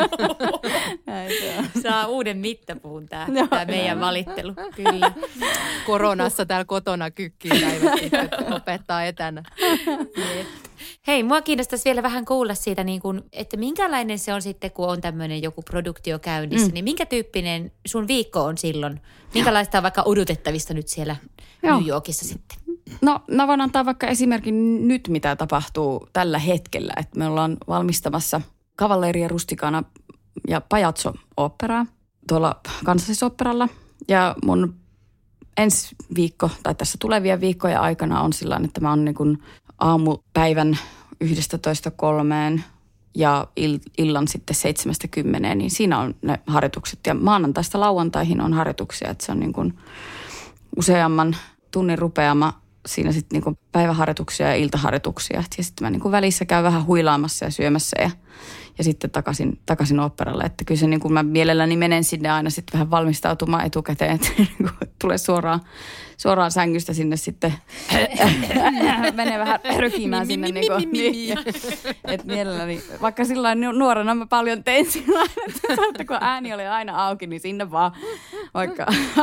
saa uuden mittapuun tämä meidän valittelu. Kyllä. Koronassa täällä kotona kykkii päivät sitten opettaa etänä. Hei, mua kiinnostaisi vielä vähän kuulla siitä, niin kun, että minkälainen se on sitten, kun on tämmöinen joku produktio käynnissä, niin minkä tyyppinen sun viikko on silloin? Minkälaista on vaikka odotettavista nyt siellä New Yorkissa sitten? No, mä voin antaa vaikka esimerkin nyt, mitä tapahtuu tällä hetkellä. Että me ollaan valmistamassa Cavalleria Rusticana ja Pajazzo-oopperaa tuolla Kansallisoopperalla. Ja mun ensi viikko, tai tässä tulevien viikkojen aikana on sillain, että mä oon niin kuin aamupäivän 11:03 ja illan sitten 7:10, niin siinä on ne harjoitukset. Ja maanantaista lauantaihin on harjoituksia, että se on niin kuin useamman tunnin rupeama siinä sitten niin kuin päiväharjoituksia ja iltaharjoituksia. Ja sitten mä niin kuin välissä käyn vähän huilaamassa ja syömässä ja sitten takaisin oopperalle. Että kyllä se niin kuin mä mielelläni menen sinne aina sitten vähän valmistautumaan etukäteen, että tulee suoraan sängystä sinne sitten. Menee vähän rykimään sinne. Että mielelläni, vaikka silloin nuorena mä paljon tein sillä että kun ääni oli aina auki, niin sinne vaan vaikka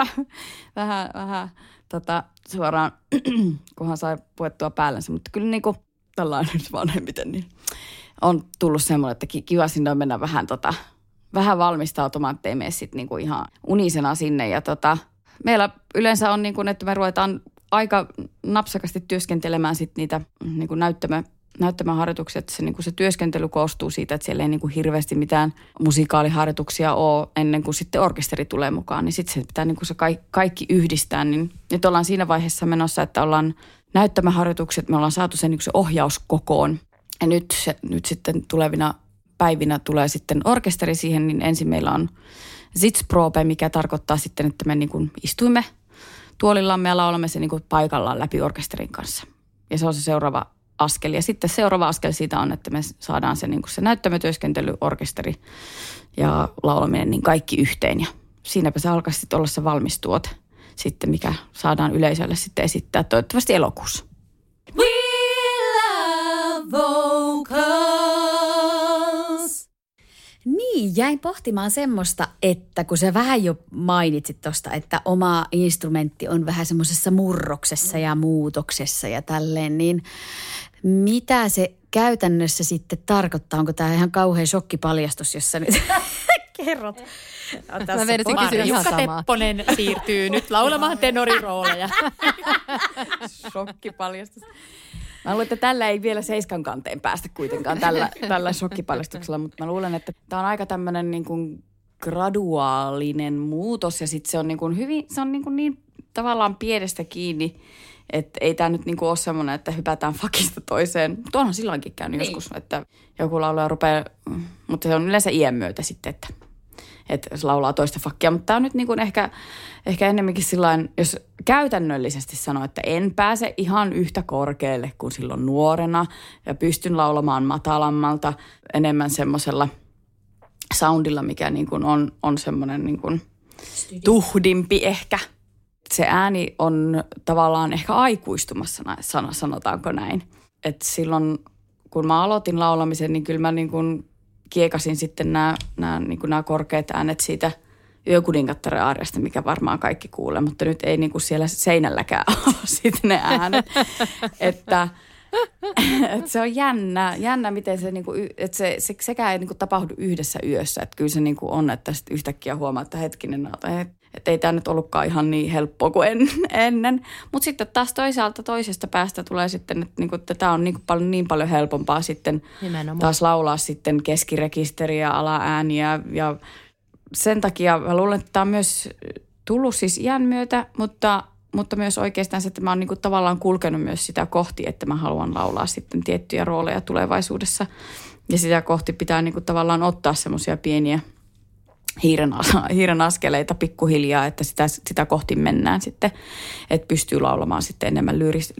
vähän suoraan, kunhan sai puettua päällänsä. Mutta kyllä niin kuin tällainen nyt vanhemmiten, niin on tullut semmoinen, että kiva sinne on mennä vähän valmistautumaan, ettei mene sitten niinku ihan unisena sinne. Ja meillä yleensä on niin kuin, että me ruvetaan aika napsakasti työskentelemään sitten niitä niin kuin näyttämäharjoituksia. Että se työskentely koostuu siitä, että siellä ei niin kuin hirveästi mitään musikaaliharjoituksia ole ennen kuin sitten orkesteri tulee mukaan. Niin sitten se pitää niin kuin se kaikki yhdistää. Niin nyt ollaan siinä vaiheessa menossa, että ollaan näyttämäharjoitukset, me ollaan saatu sen, niin kuin se ohjaus kokoon. Ja nyt sitten tulevina päivinä tulee sitten orkesteri siihen, niin ensin meillä on Sitzprobe, mikä tarkoittaa sitten, että me niin kuin istuimme tuolillamme ja laulamme se niin kuin paikallaan läpi orkesterin kanssa. Ja se on se seuraava askel. Ja sitten seuraava askel siitä on, että me saadaan se, niin kuin se näyttämötyöskentely, orkesteri ja laulaminen niin kaikki yhteen. Ja siinäpä se alkaa sitten olla se valmis tuote sitten, mikä saadaan yleisölle sitten esittää toivottavasti elokuussa. We love vocals. Niin, jäin pohtimaan semmoista, että kun sä vähän jo mainitsit tuosta, että oma instrumentti on vähän semmoisessa murroksessa ja muutoksessa ja tälleen, niin mitä se käytännössä sitten tarkoittaa? Onko tämä ihan kauhean shokkipaljastus, jos sä nyt kerrot? Mä vedätin kysyä ihan Jukka samaa. Tepponen siirtyy nyt laulamaan tenorirooleja. Shokkipaljastus. Mä luulen, että tällä ei vielä seiskan kanteen päästä kuitenkaan tällä shokkipaljastuksella, mutta mä luulen, että tämä on aika tämmöinen niin kuin graduaalinen muutos ja sitten se on niin kuin hyvin, se on niin tavallaan pienestä kiinni, että ei tämä nyt niin kuin ole semmoinen, että hypätään fakista toiseen. Mutta onhan silloinkin käynyt joskus, että joku laulaja rupeaa, mutta se on yleensä iän myötä sitten, että se laulaa toista fakkia. Mutta tämä on nyt niin kuin ehkä ennemminkin sillain, jos käytännöllisesti sanoo, että en pääse ihan yhtä korkealle kuin silloin nuorena ja pystyn laulamaan matalammalta enemmän semmoisella soundilla, mikä niin kuin on semmoinen niin kuin tuhdimpi ehkä. Se ääni on tavallaan ehkä aikuistumassa, sanotaanko näin. Että silloin, kun mä aloitin laulamisen, niin kyllä mä niin kuin kiekasin sitten nämä korkeat äänet siitä Yökuningattaren aariasta, mikä varmaan kaikki kuulee, mutta nyt ei niin kuin siellä seinälläkään ole sitten ne äänet. että se on jännä miten se, niin kuin, että sekään ei niin kuin tapahdu yhdessä yössä. Että kyllä se niin kuin on, että sitten yhtäkkiä huomaa, että hetkinen, että ei tämä nyt ollutkaan ihan niin helppoa kuin ennen. Mutta sitten taas toisesta päästä tulee sitten, että tämä on niin paljon helpompaa sitten nimenomaan taas laulaa sitten keskirekisteriä, alaääniä ja sen takia mä luulen, että tämä on myös tullut siis iän myötä, mutta myös oikeastaan se, että mä oon niin kuin tavallaan kulkenut myös sitä kohti, että mä haluan laulaa sitten tiettyjä rooleja tulevaisuudessa. Ja sitä kohti pitää niin kuin tavallaan ottaa semmoisia pieniä hiiren askeleita pikkuhiljaa, että sitä kohti mennään sitten, että pystyy laulamaan sitten enemmän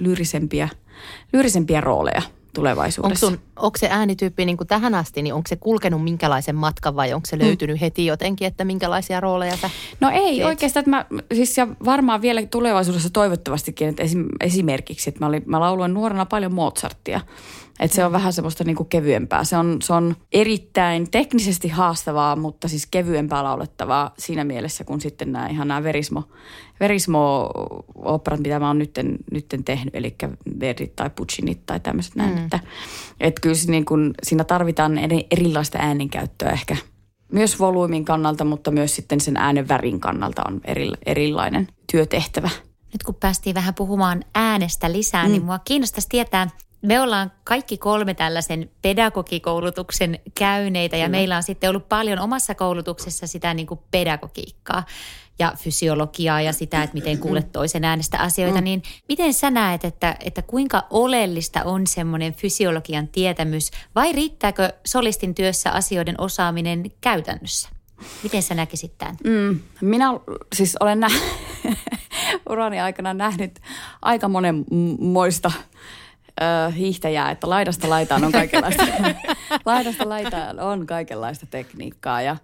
lyyrisempiä rooleja tulevaisuudessa. Onko se äänityyppi niin kuin tähän asti, niin onko se kulkenut minkälaisen matkan vai onko se löytynyt heti jotenkin, että minkälaisia rooleja sä No ei teet? oikeastaan, että ja varmaan vielä tulevaisuudessa toivottavastikin, että esimerkiksi, että mä lauloin nuorena paljon Mozartia. Että se on vähän semmoista niinku kevyempää. Se on erittäin teknisesti haastavaa, mutta siis kevyempää laulettavaa siinä mielessä, kun sitten nämä Verismo-operat, mitä mä oon nytten tehnyt, eli Verdit tai Puccinit tai tämmöiset näin. Että kyllä se niinku, siinä tarvitaan erilaista äänenkäyttöä ehkä myös volyymin kannalta, mutta myös sitten sen äänen värin kannalta on erilainen työtehtävä. Nyt kun päästiin vähän puhumaan äänestä lisää, niin mua kiinnostaisi tietää, me ollaan kaikki 3 tällaisen pedagogikoulutuksen käyneitä ja meillä on sitten ollut paljon omassa koulutuksessa sitä niin kuin pedagogiikkaa ja fysiologiaa ja sitä, että miten kuulet toisen äänestä asioita. Niin miten sä näet, että kuinka oleellista on semmoinen fysiologian tietämys vai riittääkö solistin työssä asioiden osaaminen käytännössä? Miten sä näkisit tämän? Minä siis olen urani aikana nähnyt aika monenmoista hiihtäjää, että laidasta laitaan on kaikenlaista tekniikkaa ja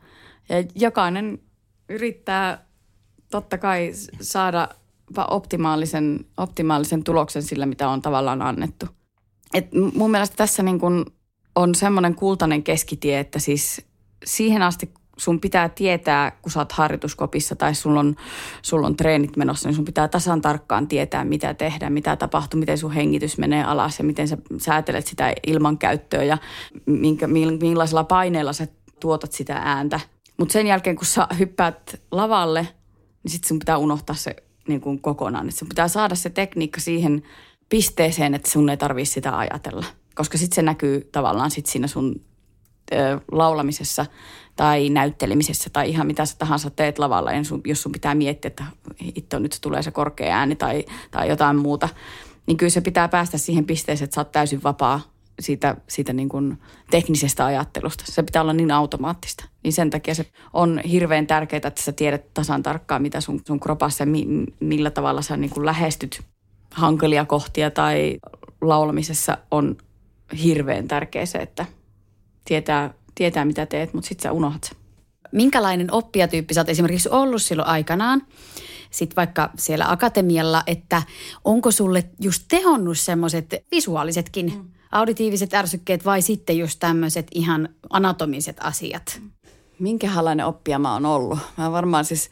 jokainen totta kai saada optimaalisen tuloksen sillä, mitä on tavallaan annettu. Et mun mielestä tässä niin kun on semmoinen kultainen keskitie, että siis siihen asti sun pitää tietää, kun sä oot harjoituskopissa tai sulla on treenit menossa, niin sun pitää tasan tarkkaan tietää, mitä tehdä, mitä tapahtuu, miten sun hengitys menee alas ja miten sä säätelet sitä ilmankäyttöä ja millaisella paineella sä tuotat sitä ääntä. Mutta sen jälkeen, kun sä hyppäät lavalle, niin sit sun pitää unohtaa se niin kuin kokonaan. Et sun pitää saada se tekniikka siihen pisteeseen, että sun ei tarvitse sitä ajatella. Koska sitten se näkyy tavallaan sit siinä sun laulamisessa tai näyttelemisessä tai ihan mitä sä tahansa teet lavalla. Jos sun pitää miettiä, että hitto nyt tulee se korkea ääni tai jotain muuta, niin kyllä se pitää päästä siihen pisteeseen, että sä oot täysin vapaa siitä niin kuin teknisestä ajattelusta. Se pitää olla niin automaattista. Niin sen takia se on hirveän tärkeää, että sä tiedät tasan tarkkaan, mitä sun kropassa ja millä tavalla sä niin kuin lähestyt hankalia kohtia tai laulamisessa on hirveän tärkeää se, että tietää mitä teet, mutta sitten sä unohdat sen. Minkälainen oppijatyyppi sä oot esimerkiksi ollut silloin aikanaan, sitten vaikka siellä akatemialla, että onko sulle just tehonnut semmoiset visuaalisetkin auditiiviset ärsykkeet vai sitten just tämmöiset ihan anatomiset asiat? minkälainen oppija mä oon ollut? Mä varmaan siis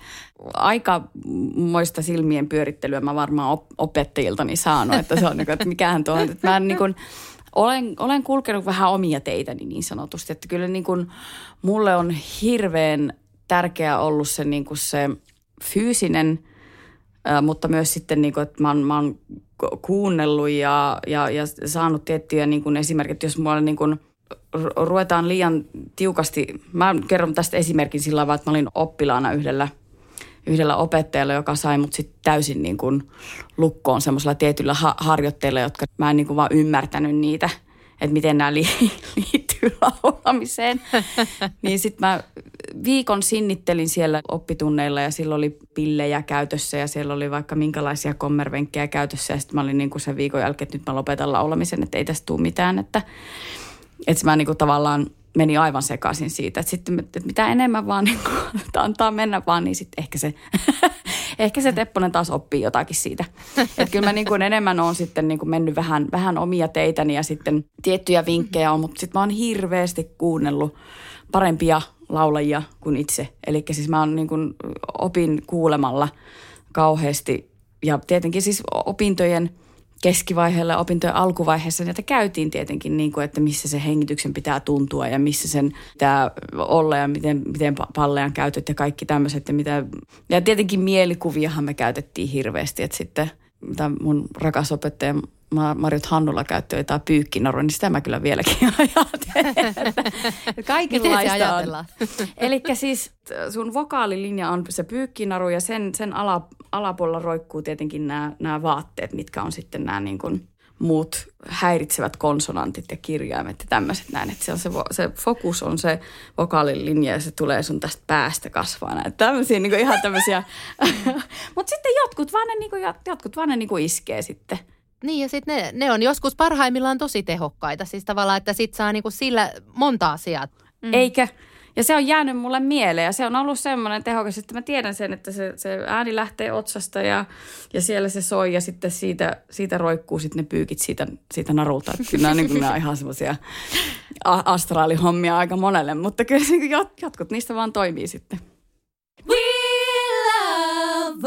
aikamoista silmien pyörittelyä mä varmaan opettajiltani saanut, että se on niin kuin, että mikähän tuohon. Että mä niin kuin, olen kulkenut vähän omia teitäni niin sanotusti, että kyllä niin kuin mulle on hirveän tärkeää ollut se, niin kuin se fyysinen, mutta myös sitten niin kuin, että mä oon kuunnellut ja saanut tiettyjä niin kuin esimerkiksi, jos mulla niin kuin ruvetaan liian tiukasti. Mä kerron tästä esimerkin sillä tavalla, että mä olin oppilaana yhdellä opettajalla, joka sai mut sitten täysin niin kuin lukkoon semmoisella tietyllä harjoitteilla, jotka mä en niin kuin vaan ymmärtänyt niitä, että miten nämä liittyy laulamiseen. Niin sitten mä viikon sinnittelin siellä oppitunneilla ja silloin oli pillejä käytössä ja siellä oli vaikka minkälaisia kommervenkkejä käytössä. Ja sitten mä olin niin kuin sen viikon jälkeen, että nyt mä lopetan laulamisen, että ei tästä tule mitään, että mä niin kuin tavallaan menin aivan sekaisin siitä, että sitten että mitä enemmän vaan niin kuin, antaa mennä vaan, niin sitten ehkä se Tepponen taas oppii jotakin siitä. Että kyllä mä niin kuin enemmän oon sitten niin kuin mennyt vähän omia teitäni ja sitten tiettyjä vinkkejä on, mutta sitten mä oon hirveästi kuunnellut parempia laulajia kuin itse. Eli siis mä oon niin kuin opin kuulemalla kauheasti ja tietenkin siis opintojen keskivaiheella ja opintojen alkuvaiheessa niitä käytiin tietenkin, niin kuin, että missä se hengityksen pitää tuntua ja missä sen pitää olla ja miten pallean käytöt ja kaikki tämmöiset. Ja tietenkin mielikuviahan me käytettiin hirveästi, että sitten mitä mun rakas opettaja Marjut Hannula käytti jotain pyykkinarua, niin sitä mä kyllä vieläkin ajattelen. Kaikenlaista on. Elikkä siis sun vokaalilinja on se pyykkinaru ja sen alapuolella roikkuu tietenkin nämä vaatteet, mitkä on sitten nämä niin kuin muut häiritsevät konsonantit ja kirjaimet ja tämmöiset näin. Että se fokus on se vokaalilinja ja se tulee sun tästä päästä kasvaa näin. Tämmöisiä niin kuin ihan tämmöisiä. Mutta sitten jotkut vaan ne niin kuin iskee sitten. Niin ja sitten ne on joskus parhaimmillaan tosi tehokkaita. Siis tavallaan, että sit saa niinku sillä monta asiaa. Eikö? Ja se on jäänyt mulle mieleen ja se on ollut semmoinen tehokas, että mä tiedän sen, että se ääni lähtee otsasta ja siellä se soi ja sitten siitä roikkuu sitten ne pyykit siitä narulta. Että kyllä nämä on ihan semmoisia astraalihommia aika monelle, mutta kyllä jotkut niistä vaan toimii sitten. We love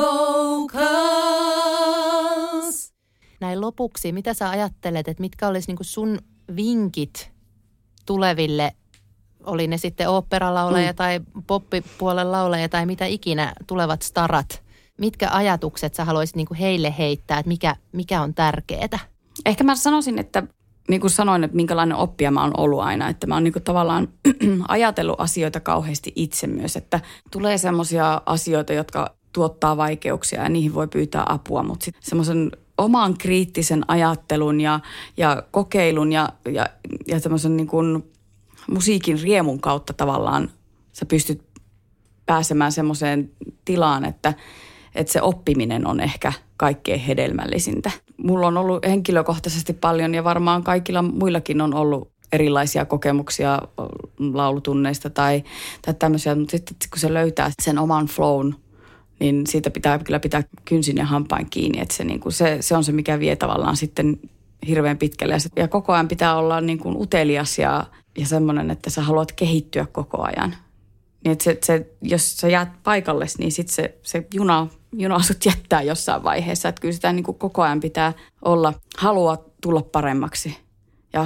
vocals. Näin lopuksi, mitä sä ajattelet, että mitkä olisi niinku sun vinkit tuleville, oli ne sitten oopperalaulaja tai poppipuolen laulaja tai mitä ikinä tulevat starat. Mitkä ajatukset sä haluaisit niinku heille heittää, että mikä on tärkeää? Ehkä mä sanoisin, että niin kuin sanoin, että minkälainen oppija mä oon ollut aina, että mä oon niin kuin tavallaan ajatellut asioita kauheasti itse myös, että tulee semmoisia asioita, jotka tuottaa vaikeuksia ja niihin voi pyytää apua, mutta sitten semmoisen oman kriittisen ajattelun ja kokeilun ja semmoisen niin kuin musiikin riemun kautta tavallaan sä pystyt pääsemään semmoiseen tilaan, että se oppiminen on ehkä kaikkein hedelmällisintä. Mulla on ollut henkilökohtaisesti paljon ja varmaan kaikilla muillakin on ollut erilaisia kokemuksia laulutunneista tai tämmöisiä, mutta sitten kun se löytää sen oman flown, niin siitä pitää kyllä pitää kynsin ja hampain kiinni, että se on se, mikä vie tavallaan sitten hirveän pitkälle. Ja koko ajan pitää olla niin kuin utelias ja semmoinen, että sä haluat kehittyä koko ajan. Niin että jos sä jäät paikalle, niin sitten se juna sut jättää jossain vaiheessa. Että kyllä sitä niin kuin koko ajan pitää olla halua tulla paremmaksi ja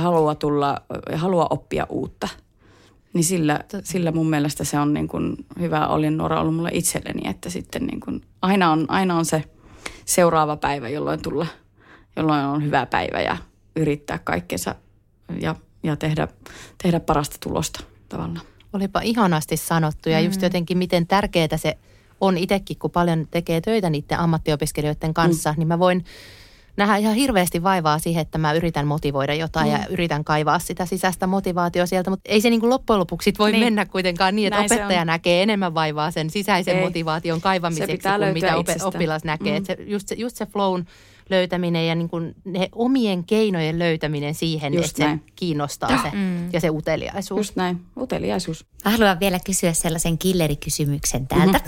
halua oppia uutta. Niin sillä mun mielestä se on niin kuin hyvä nuora ollut mulle itselleni, että sitten niin kuin aina on se seuraava päivä, jolloin on hyvä päivä ja yrittää kaikkensa ja tehdä parasta tulosta tavallaan. Olipa ihanasti sanottu ja just jotenkin miten tärkeää se on itsekin, kun paljon tekee töitä niiden ammattiopiskelijoiden kanssa, niin mä voin nähdä ihan hirveästi vaivaa siihen, että mä yritän motivoida jotain ja yritän kaivaa sitä sisäistä motivaatiota sieltä, mutta ei se niin kuin loppujen lopuksi voi mennä kuitenkaan niin, että opettaja näkee enemmän vaivaa sen sisäisen motivaation kaivamiseksi kuin mitä oppilas näkee. Että just se flown löytäminen ja niin kuin ne omien keinojen löytäminen siihen, just että näin. Se kiinnostaa se ja se uteliaisuus. Just näin, uteliaisuus. Mä haluan vielä kysyä sellaisen killerikysymyksen täältä.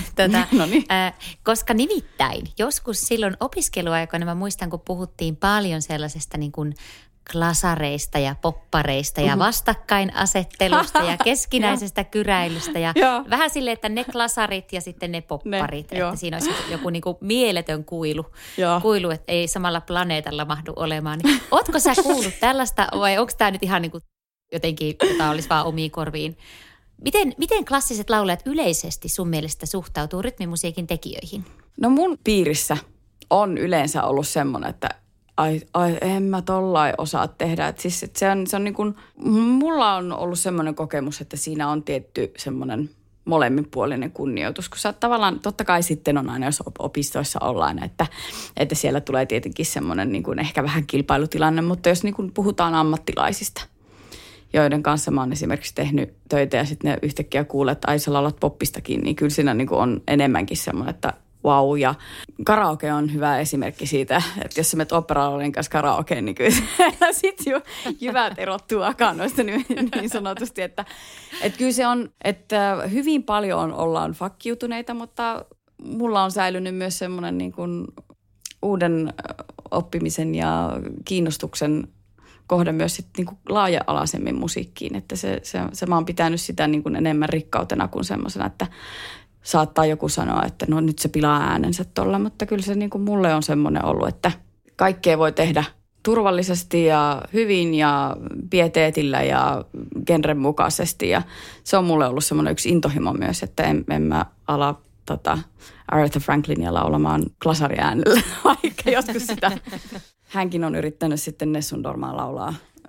Koska nimittäin joskus silloin opiskeluaikoina mä muistan, kun puhuttiin paljon sellaisesta niin kuin klasareista ja poppareista ja vastakkainasettelusta ja keskinäisestä kyräilystä ja vähän silleen, että ne klasarit ja sitten ne popparit, että siinä olisi joku niinku mieletön kuilu, että ei samalla planeetalla mahdu olemaan. Niin, ootko sä kuullut tällaista vai onko tämä nyt ihan niinku jotenkin, jota olisi vaan omiin korviin? Miten klassiset laulajat yleisesti sun mielestä suhtautuu rytmimusiikin tekijöihin? No mun piirissä on yleensä ollut semmoinen, että ai en mä tollain osaa tehdä. Et siis, et se on niin kuin, mulla on ollut semmoinen kokemus, että siinä on tietty semmoinen molemminpuolinen kunnioitus. Kun sä tavallaan, totta kai sitten on aina, jos opistoissa ollaan, että siellä tulee tietenkin semmoinen niin kuin ehkä vähän kilpailutilanne, mutta jos niin kuin puhutaan ammattilaisista, joiden kanssa mä oon esimerkiksi tehnyt töitä ja sitten ne yhtäkkiä kuulee, että ai sä laulat poppistakin, niin kyllä siinä niin kuin on enemmänkin semmoinen, että vau. Ja karaoke on hyvä esimerkki siitä, että jos sä menet oopperalaulien kanssa karaokeen, niin kyllä sitten jo jyvät erottuu akanoista niin sanotusti. Että kyllä se on, että hyvin paljon ollaan fakkiutuneita, mutta mulla on säilynyt myös semmoinen niin kuin uuden oppimisen ja kiinnostuksen kohde myös sit niin kuin laaja-alaisemmin musiikkiin. Että se mä oon pitänyt sitä niin kuin enemmän rikkautena kuin semmoisena, että saattaa joku sanoa, että no nyt se pilaa äänensä tuolla, mutta kyllä se niin kuin mulle on semmoinen ollut, että kaikkea voi tehdä turvallisesti ja hyvin ja pieteetillä ja genren mukaisesti. Ja se on mulle ollut semmoinen yksi intohimo myös, että en mä ala Aretha Franklinia laulamaan glasariäänellä, vaikka joskus sitä. Hänkin on yrittänyt sitten Nessun Dormaa laulaa.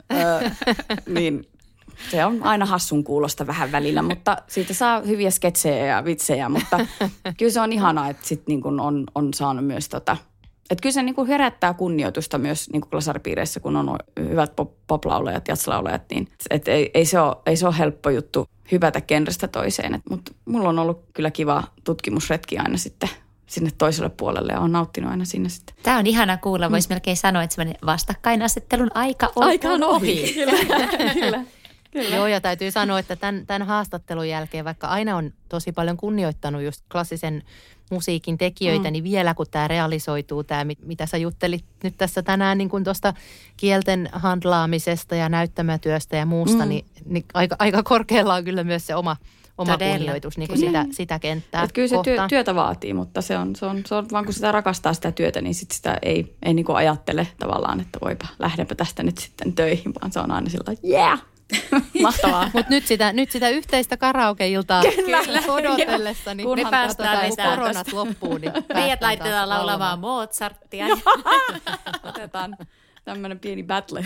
Niin se on aina hassun kuulosta vähän välillä, mutta siitä saa hyviä sketsejä ja vitsejä, mutta kyllä se on ihanaa, että sitten niin kuin on saanut myös että kyllä se niin kuin herättää kunnioitusta myös niin kuin glasaripiireissä, kun on hyvät poplaulajat, jatslaulajat, niin että ei se ole helppo juttu hypätä genrestä toiseen, mutta mulla on ollut kyllä kiva tutkimusretki aina sitten sinne toiselle puolelle ja olen nauttinut aina sinne sitten. Tämä on ihana kuulla. Voisi melkein sanoa, että semmoinen vastakkainasettelun aika on ohi. Kyllä. Joo, ja täytyy sanoa, että tämän haastattelun jälkeen, vaikka aina on tosi paljon kunnioittanut just klassisen musiikin tekijöitä, niin vielä kun tämä realisoituu, tämä mitä sä juttelit nyt tässä tänään niin kuin tuosta kielten handlaamisesta ja näyttämätyöstä ja muusta, niin aika korkealla on kyllä myös se oma kunnioitus niin kuin sitä kenttää. Että kyllä se työtä vaatii, mutta se on vaan kun sitä rakastaa sitä työtä, niin sit sitä ei niin kuin ajattele tavallaan, että voipa lähdenpä tästä nyt sitten töihin, vaan se on aina sillä yeah! Mahtavaa. Mutta nyt sitä yhteistä karaokeiltaa odotellessa, niin me päästään koronat loppuun. Niin meidät laitetaan laulamaan Mozartia. Otetaan tämmöinen pieni battle.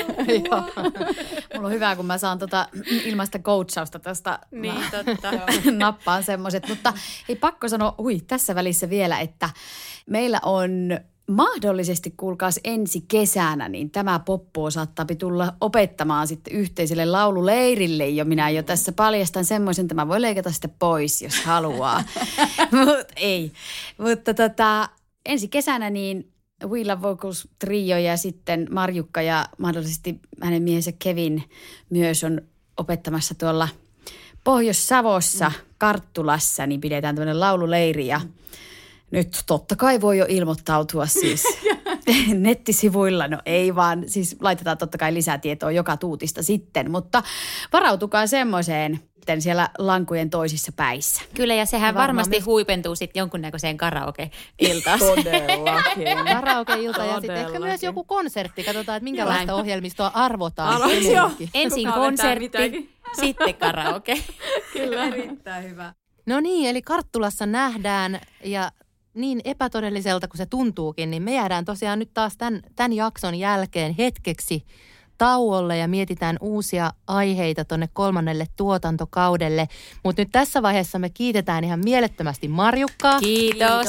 Mulla on hyvä, kun mä saan ilmaista coachausta tästä. Niin, totta. Nappaan semmoiset. Mutta ei pakko sanoa, tässä välissä vielä, että meillä on mahdollisesti, kuulkaas ensi kesänä, niin tämä Poppo saattaa tulla opettamaan sitten yhteiselle laululeirille. Ja minä jo tässä paljastan semmoisen, että mä voi leikata sitä pois, jos haluaa. Mutta ei. Mutta ensi kesänä niin We Love Vocals trio ja sitten Marjukka ja mahdollisesti hänen miehensä Kevin myös on opettamassa tuolla Pohjois-Savossa, Karttulassa, niin pidetään tämmöinen laululeiri ja nyt totta kai voi jo ilmoittautua siis nettisivuilla. No ei vaan, siis laitetaan totta kai lisätietoa joka tuutista sitten, mutta varautukaa semmoiseen siellä lankujen toisissa päissä. Kyllä, ja sehän varmasti huipentuu sitten jonkunnäköiseen karaoke-iltaan. Todellakin. Karaoke-ilta ja sitten ehkä myös joku konsertti. Katsotaan, että minkälaista ohjelmistoa arvotaan. Ensin konsertti, sitten karaoke. Kyllä, erittäin hyvä. No niin, eli Karttulassa nähdään ja niin epätodelliselta kuin se tuntuukin, niin me jäädään tosiaan nyt taas tämän jakson jälkeen hetkeksi tauolle ja mietitään uusia aiheita tonne 3. tuotantokaudelle. Mutta nyt tässä vaiheessa me kiitetään ihan mielettömästi Marjukkaa. Kiitos.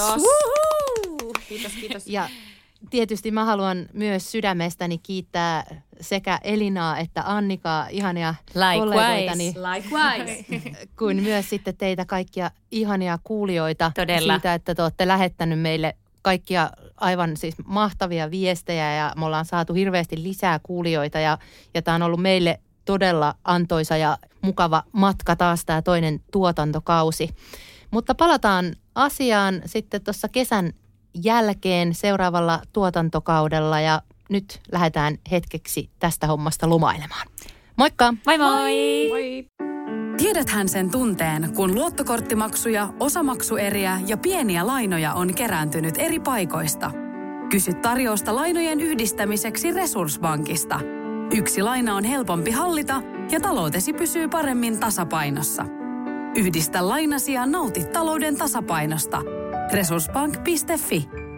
Kiitos. Ja tietysti mä haluan myös sydämestäni kiittää sekä Elinaa että Annikaa, ihania kollegoitani. Likewise. Kuin myös sitten teitä kaikkia ihania kuulijoita. Todella. Siitä, että te olette lähettänyt meille kaikkia aivan siis mahtavia viestejä ja me ollaan saatu hirveästi lisää kuulijoita ja tämä on ollut meille todella antoisa ja mukava matka taas tämä toinen tuotantokausi. Mutta palataan asiaan sitten tuossa kesän jälkeen seuraavalla tuotantokaudella ja nyt lähdetään hetkeksi tästä hommasta lomailemaan. Moikka! Moi moi! Moi! Tiedäthän sen tunteen, kun luottokorttimaksuja, osamaksueriä ja pieniä lainoja on kerääntynyt eri paikoista. Kysy tarjousta lainojen yhdistämiseksi Resurssbankista. Yksi laina on helpompi hallita ja taloutesi pysyy paremmin tasapainossa. Yhdistä lainasi ja nauti talouden tasapainosta. Resurssbank.fi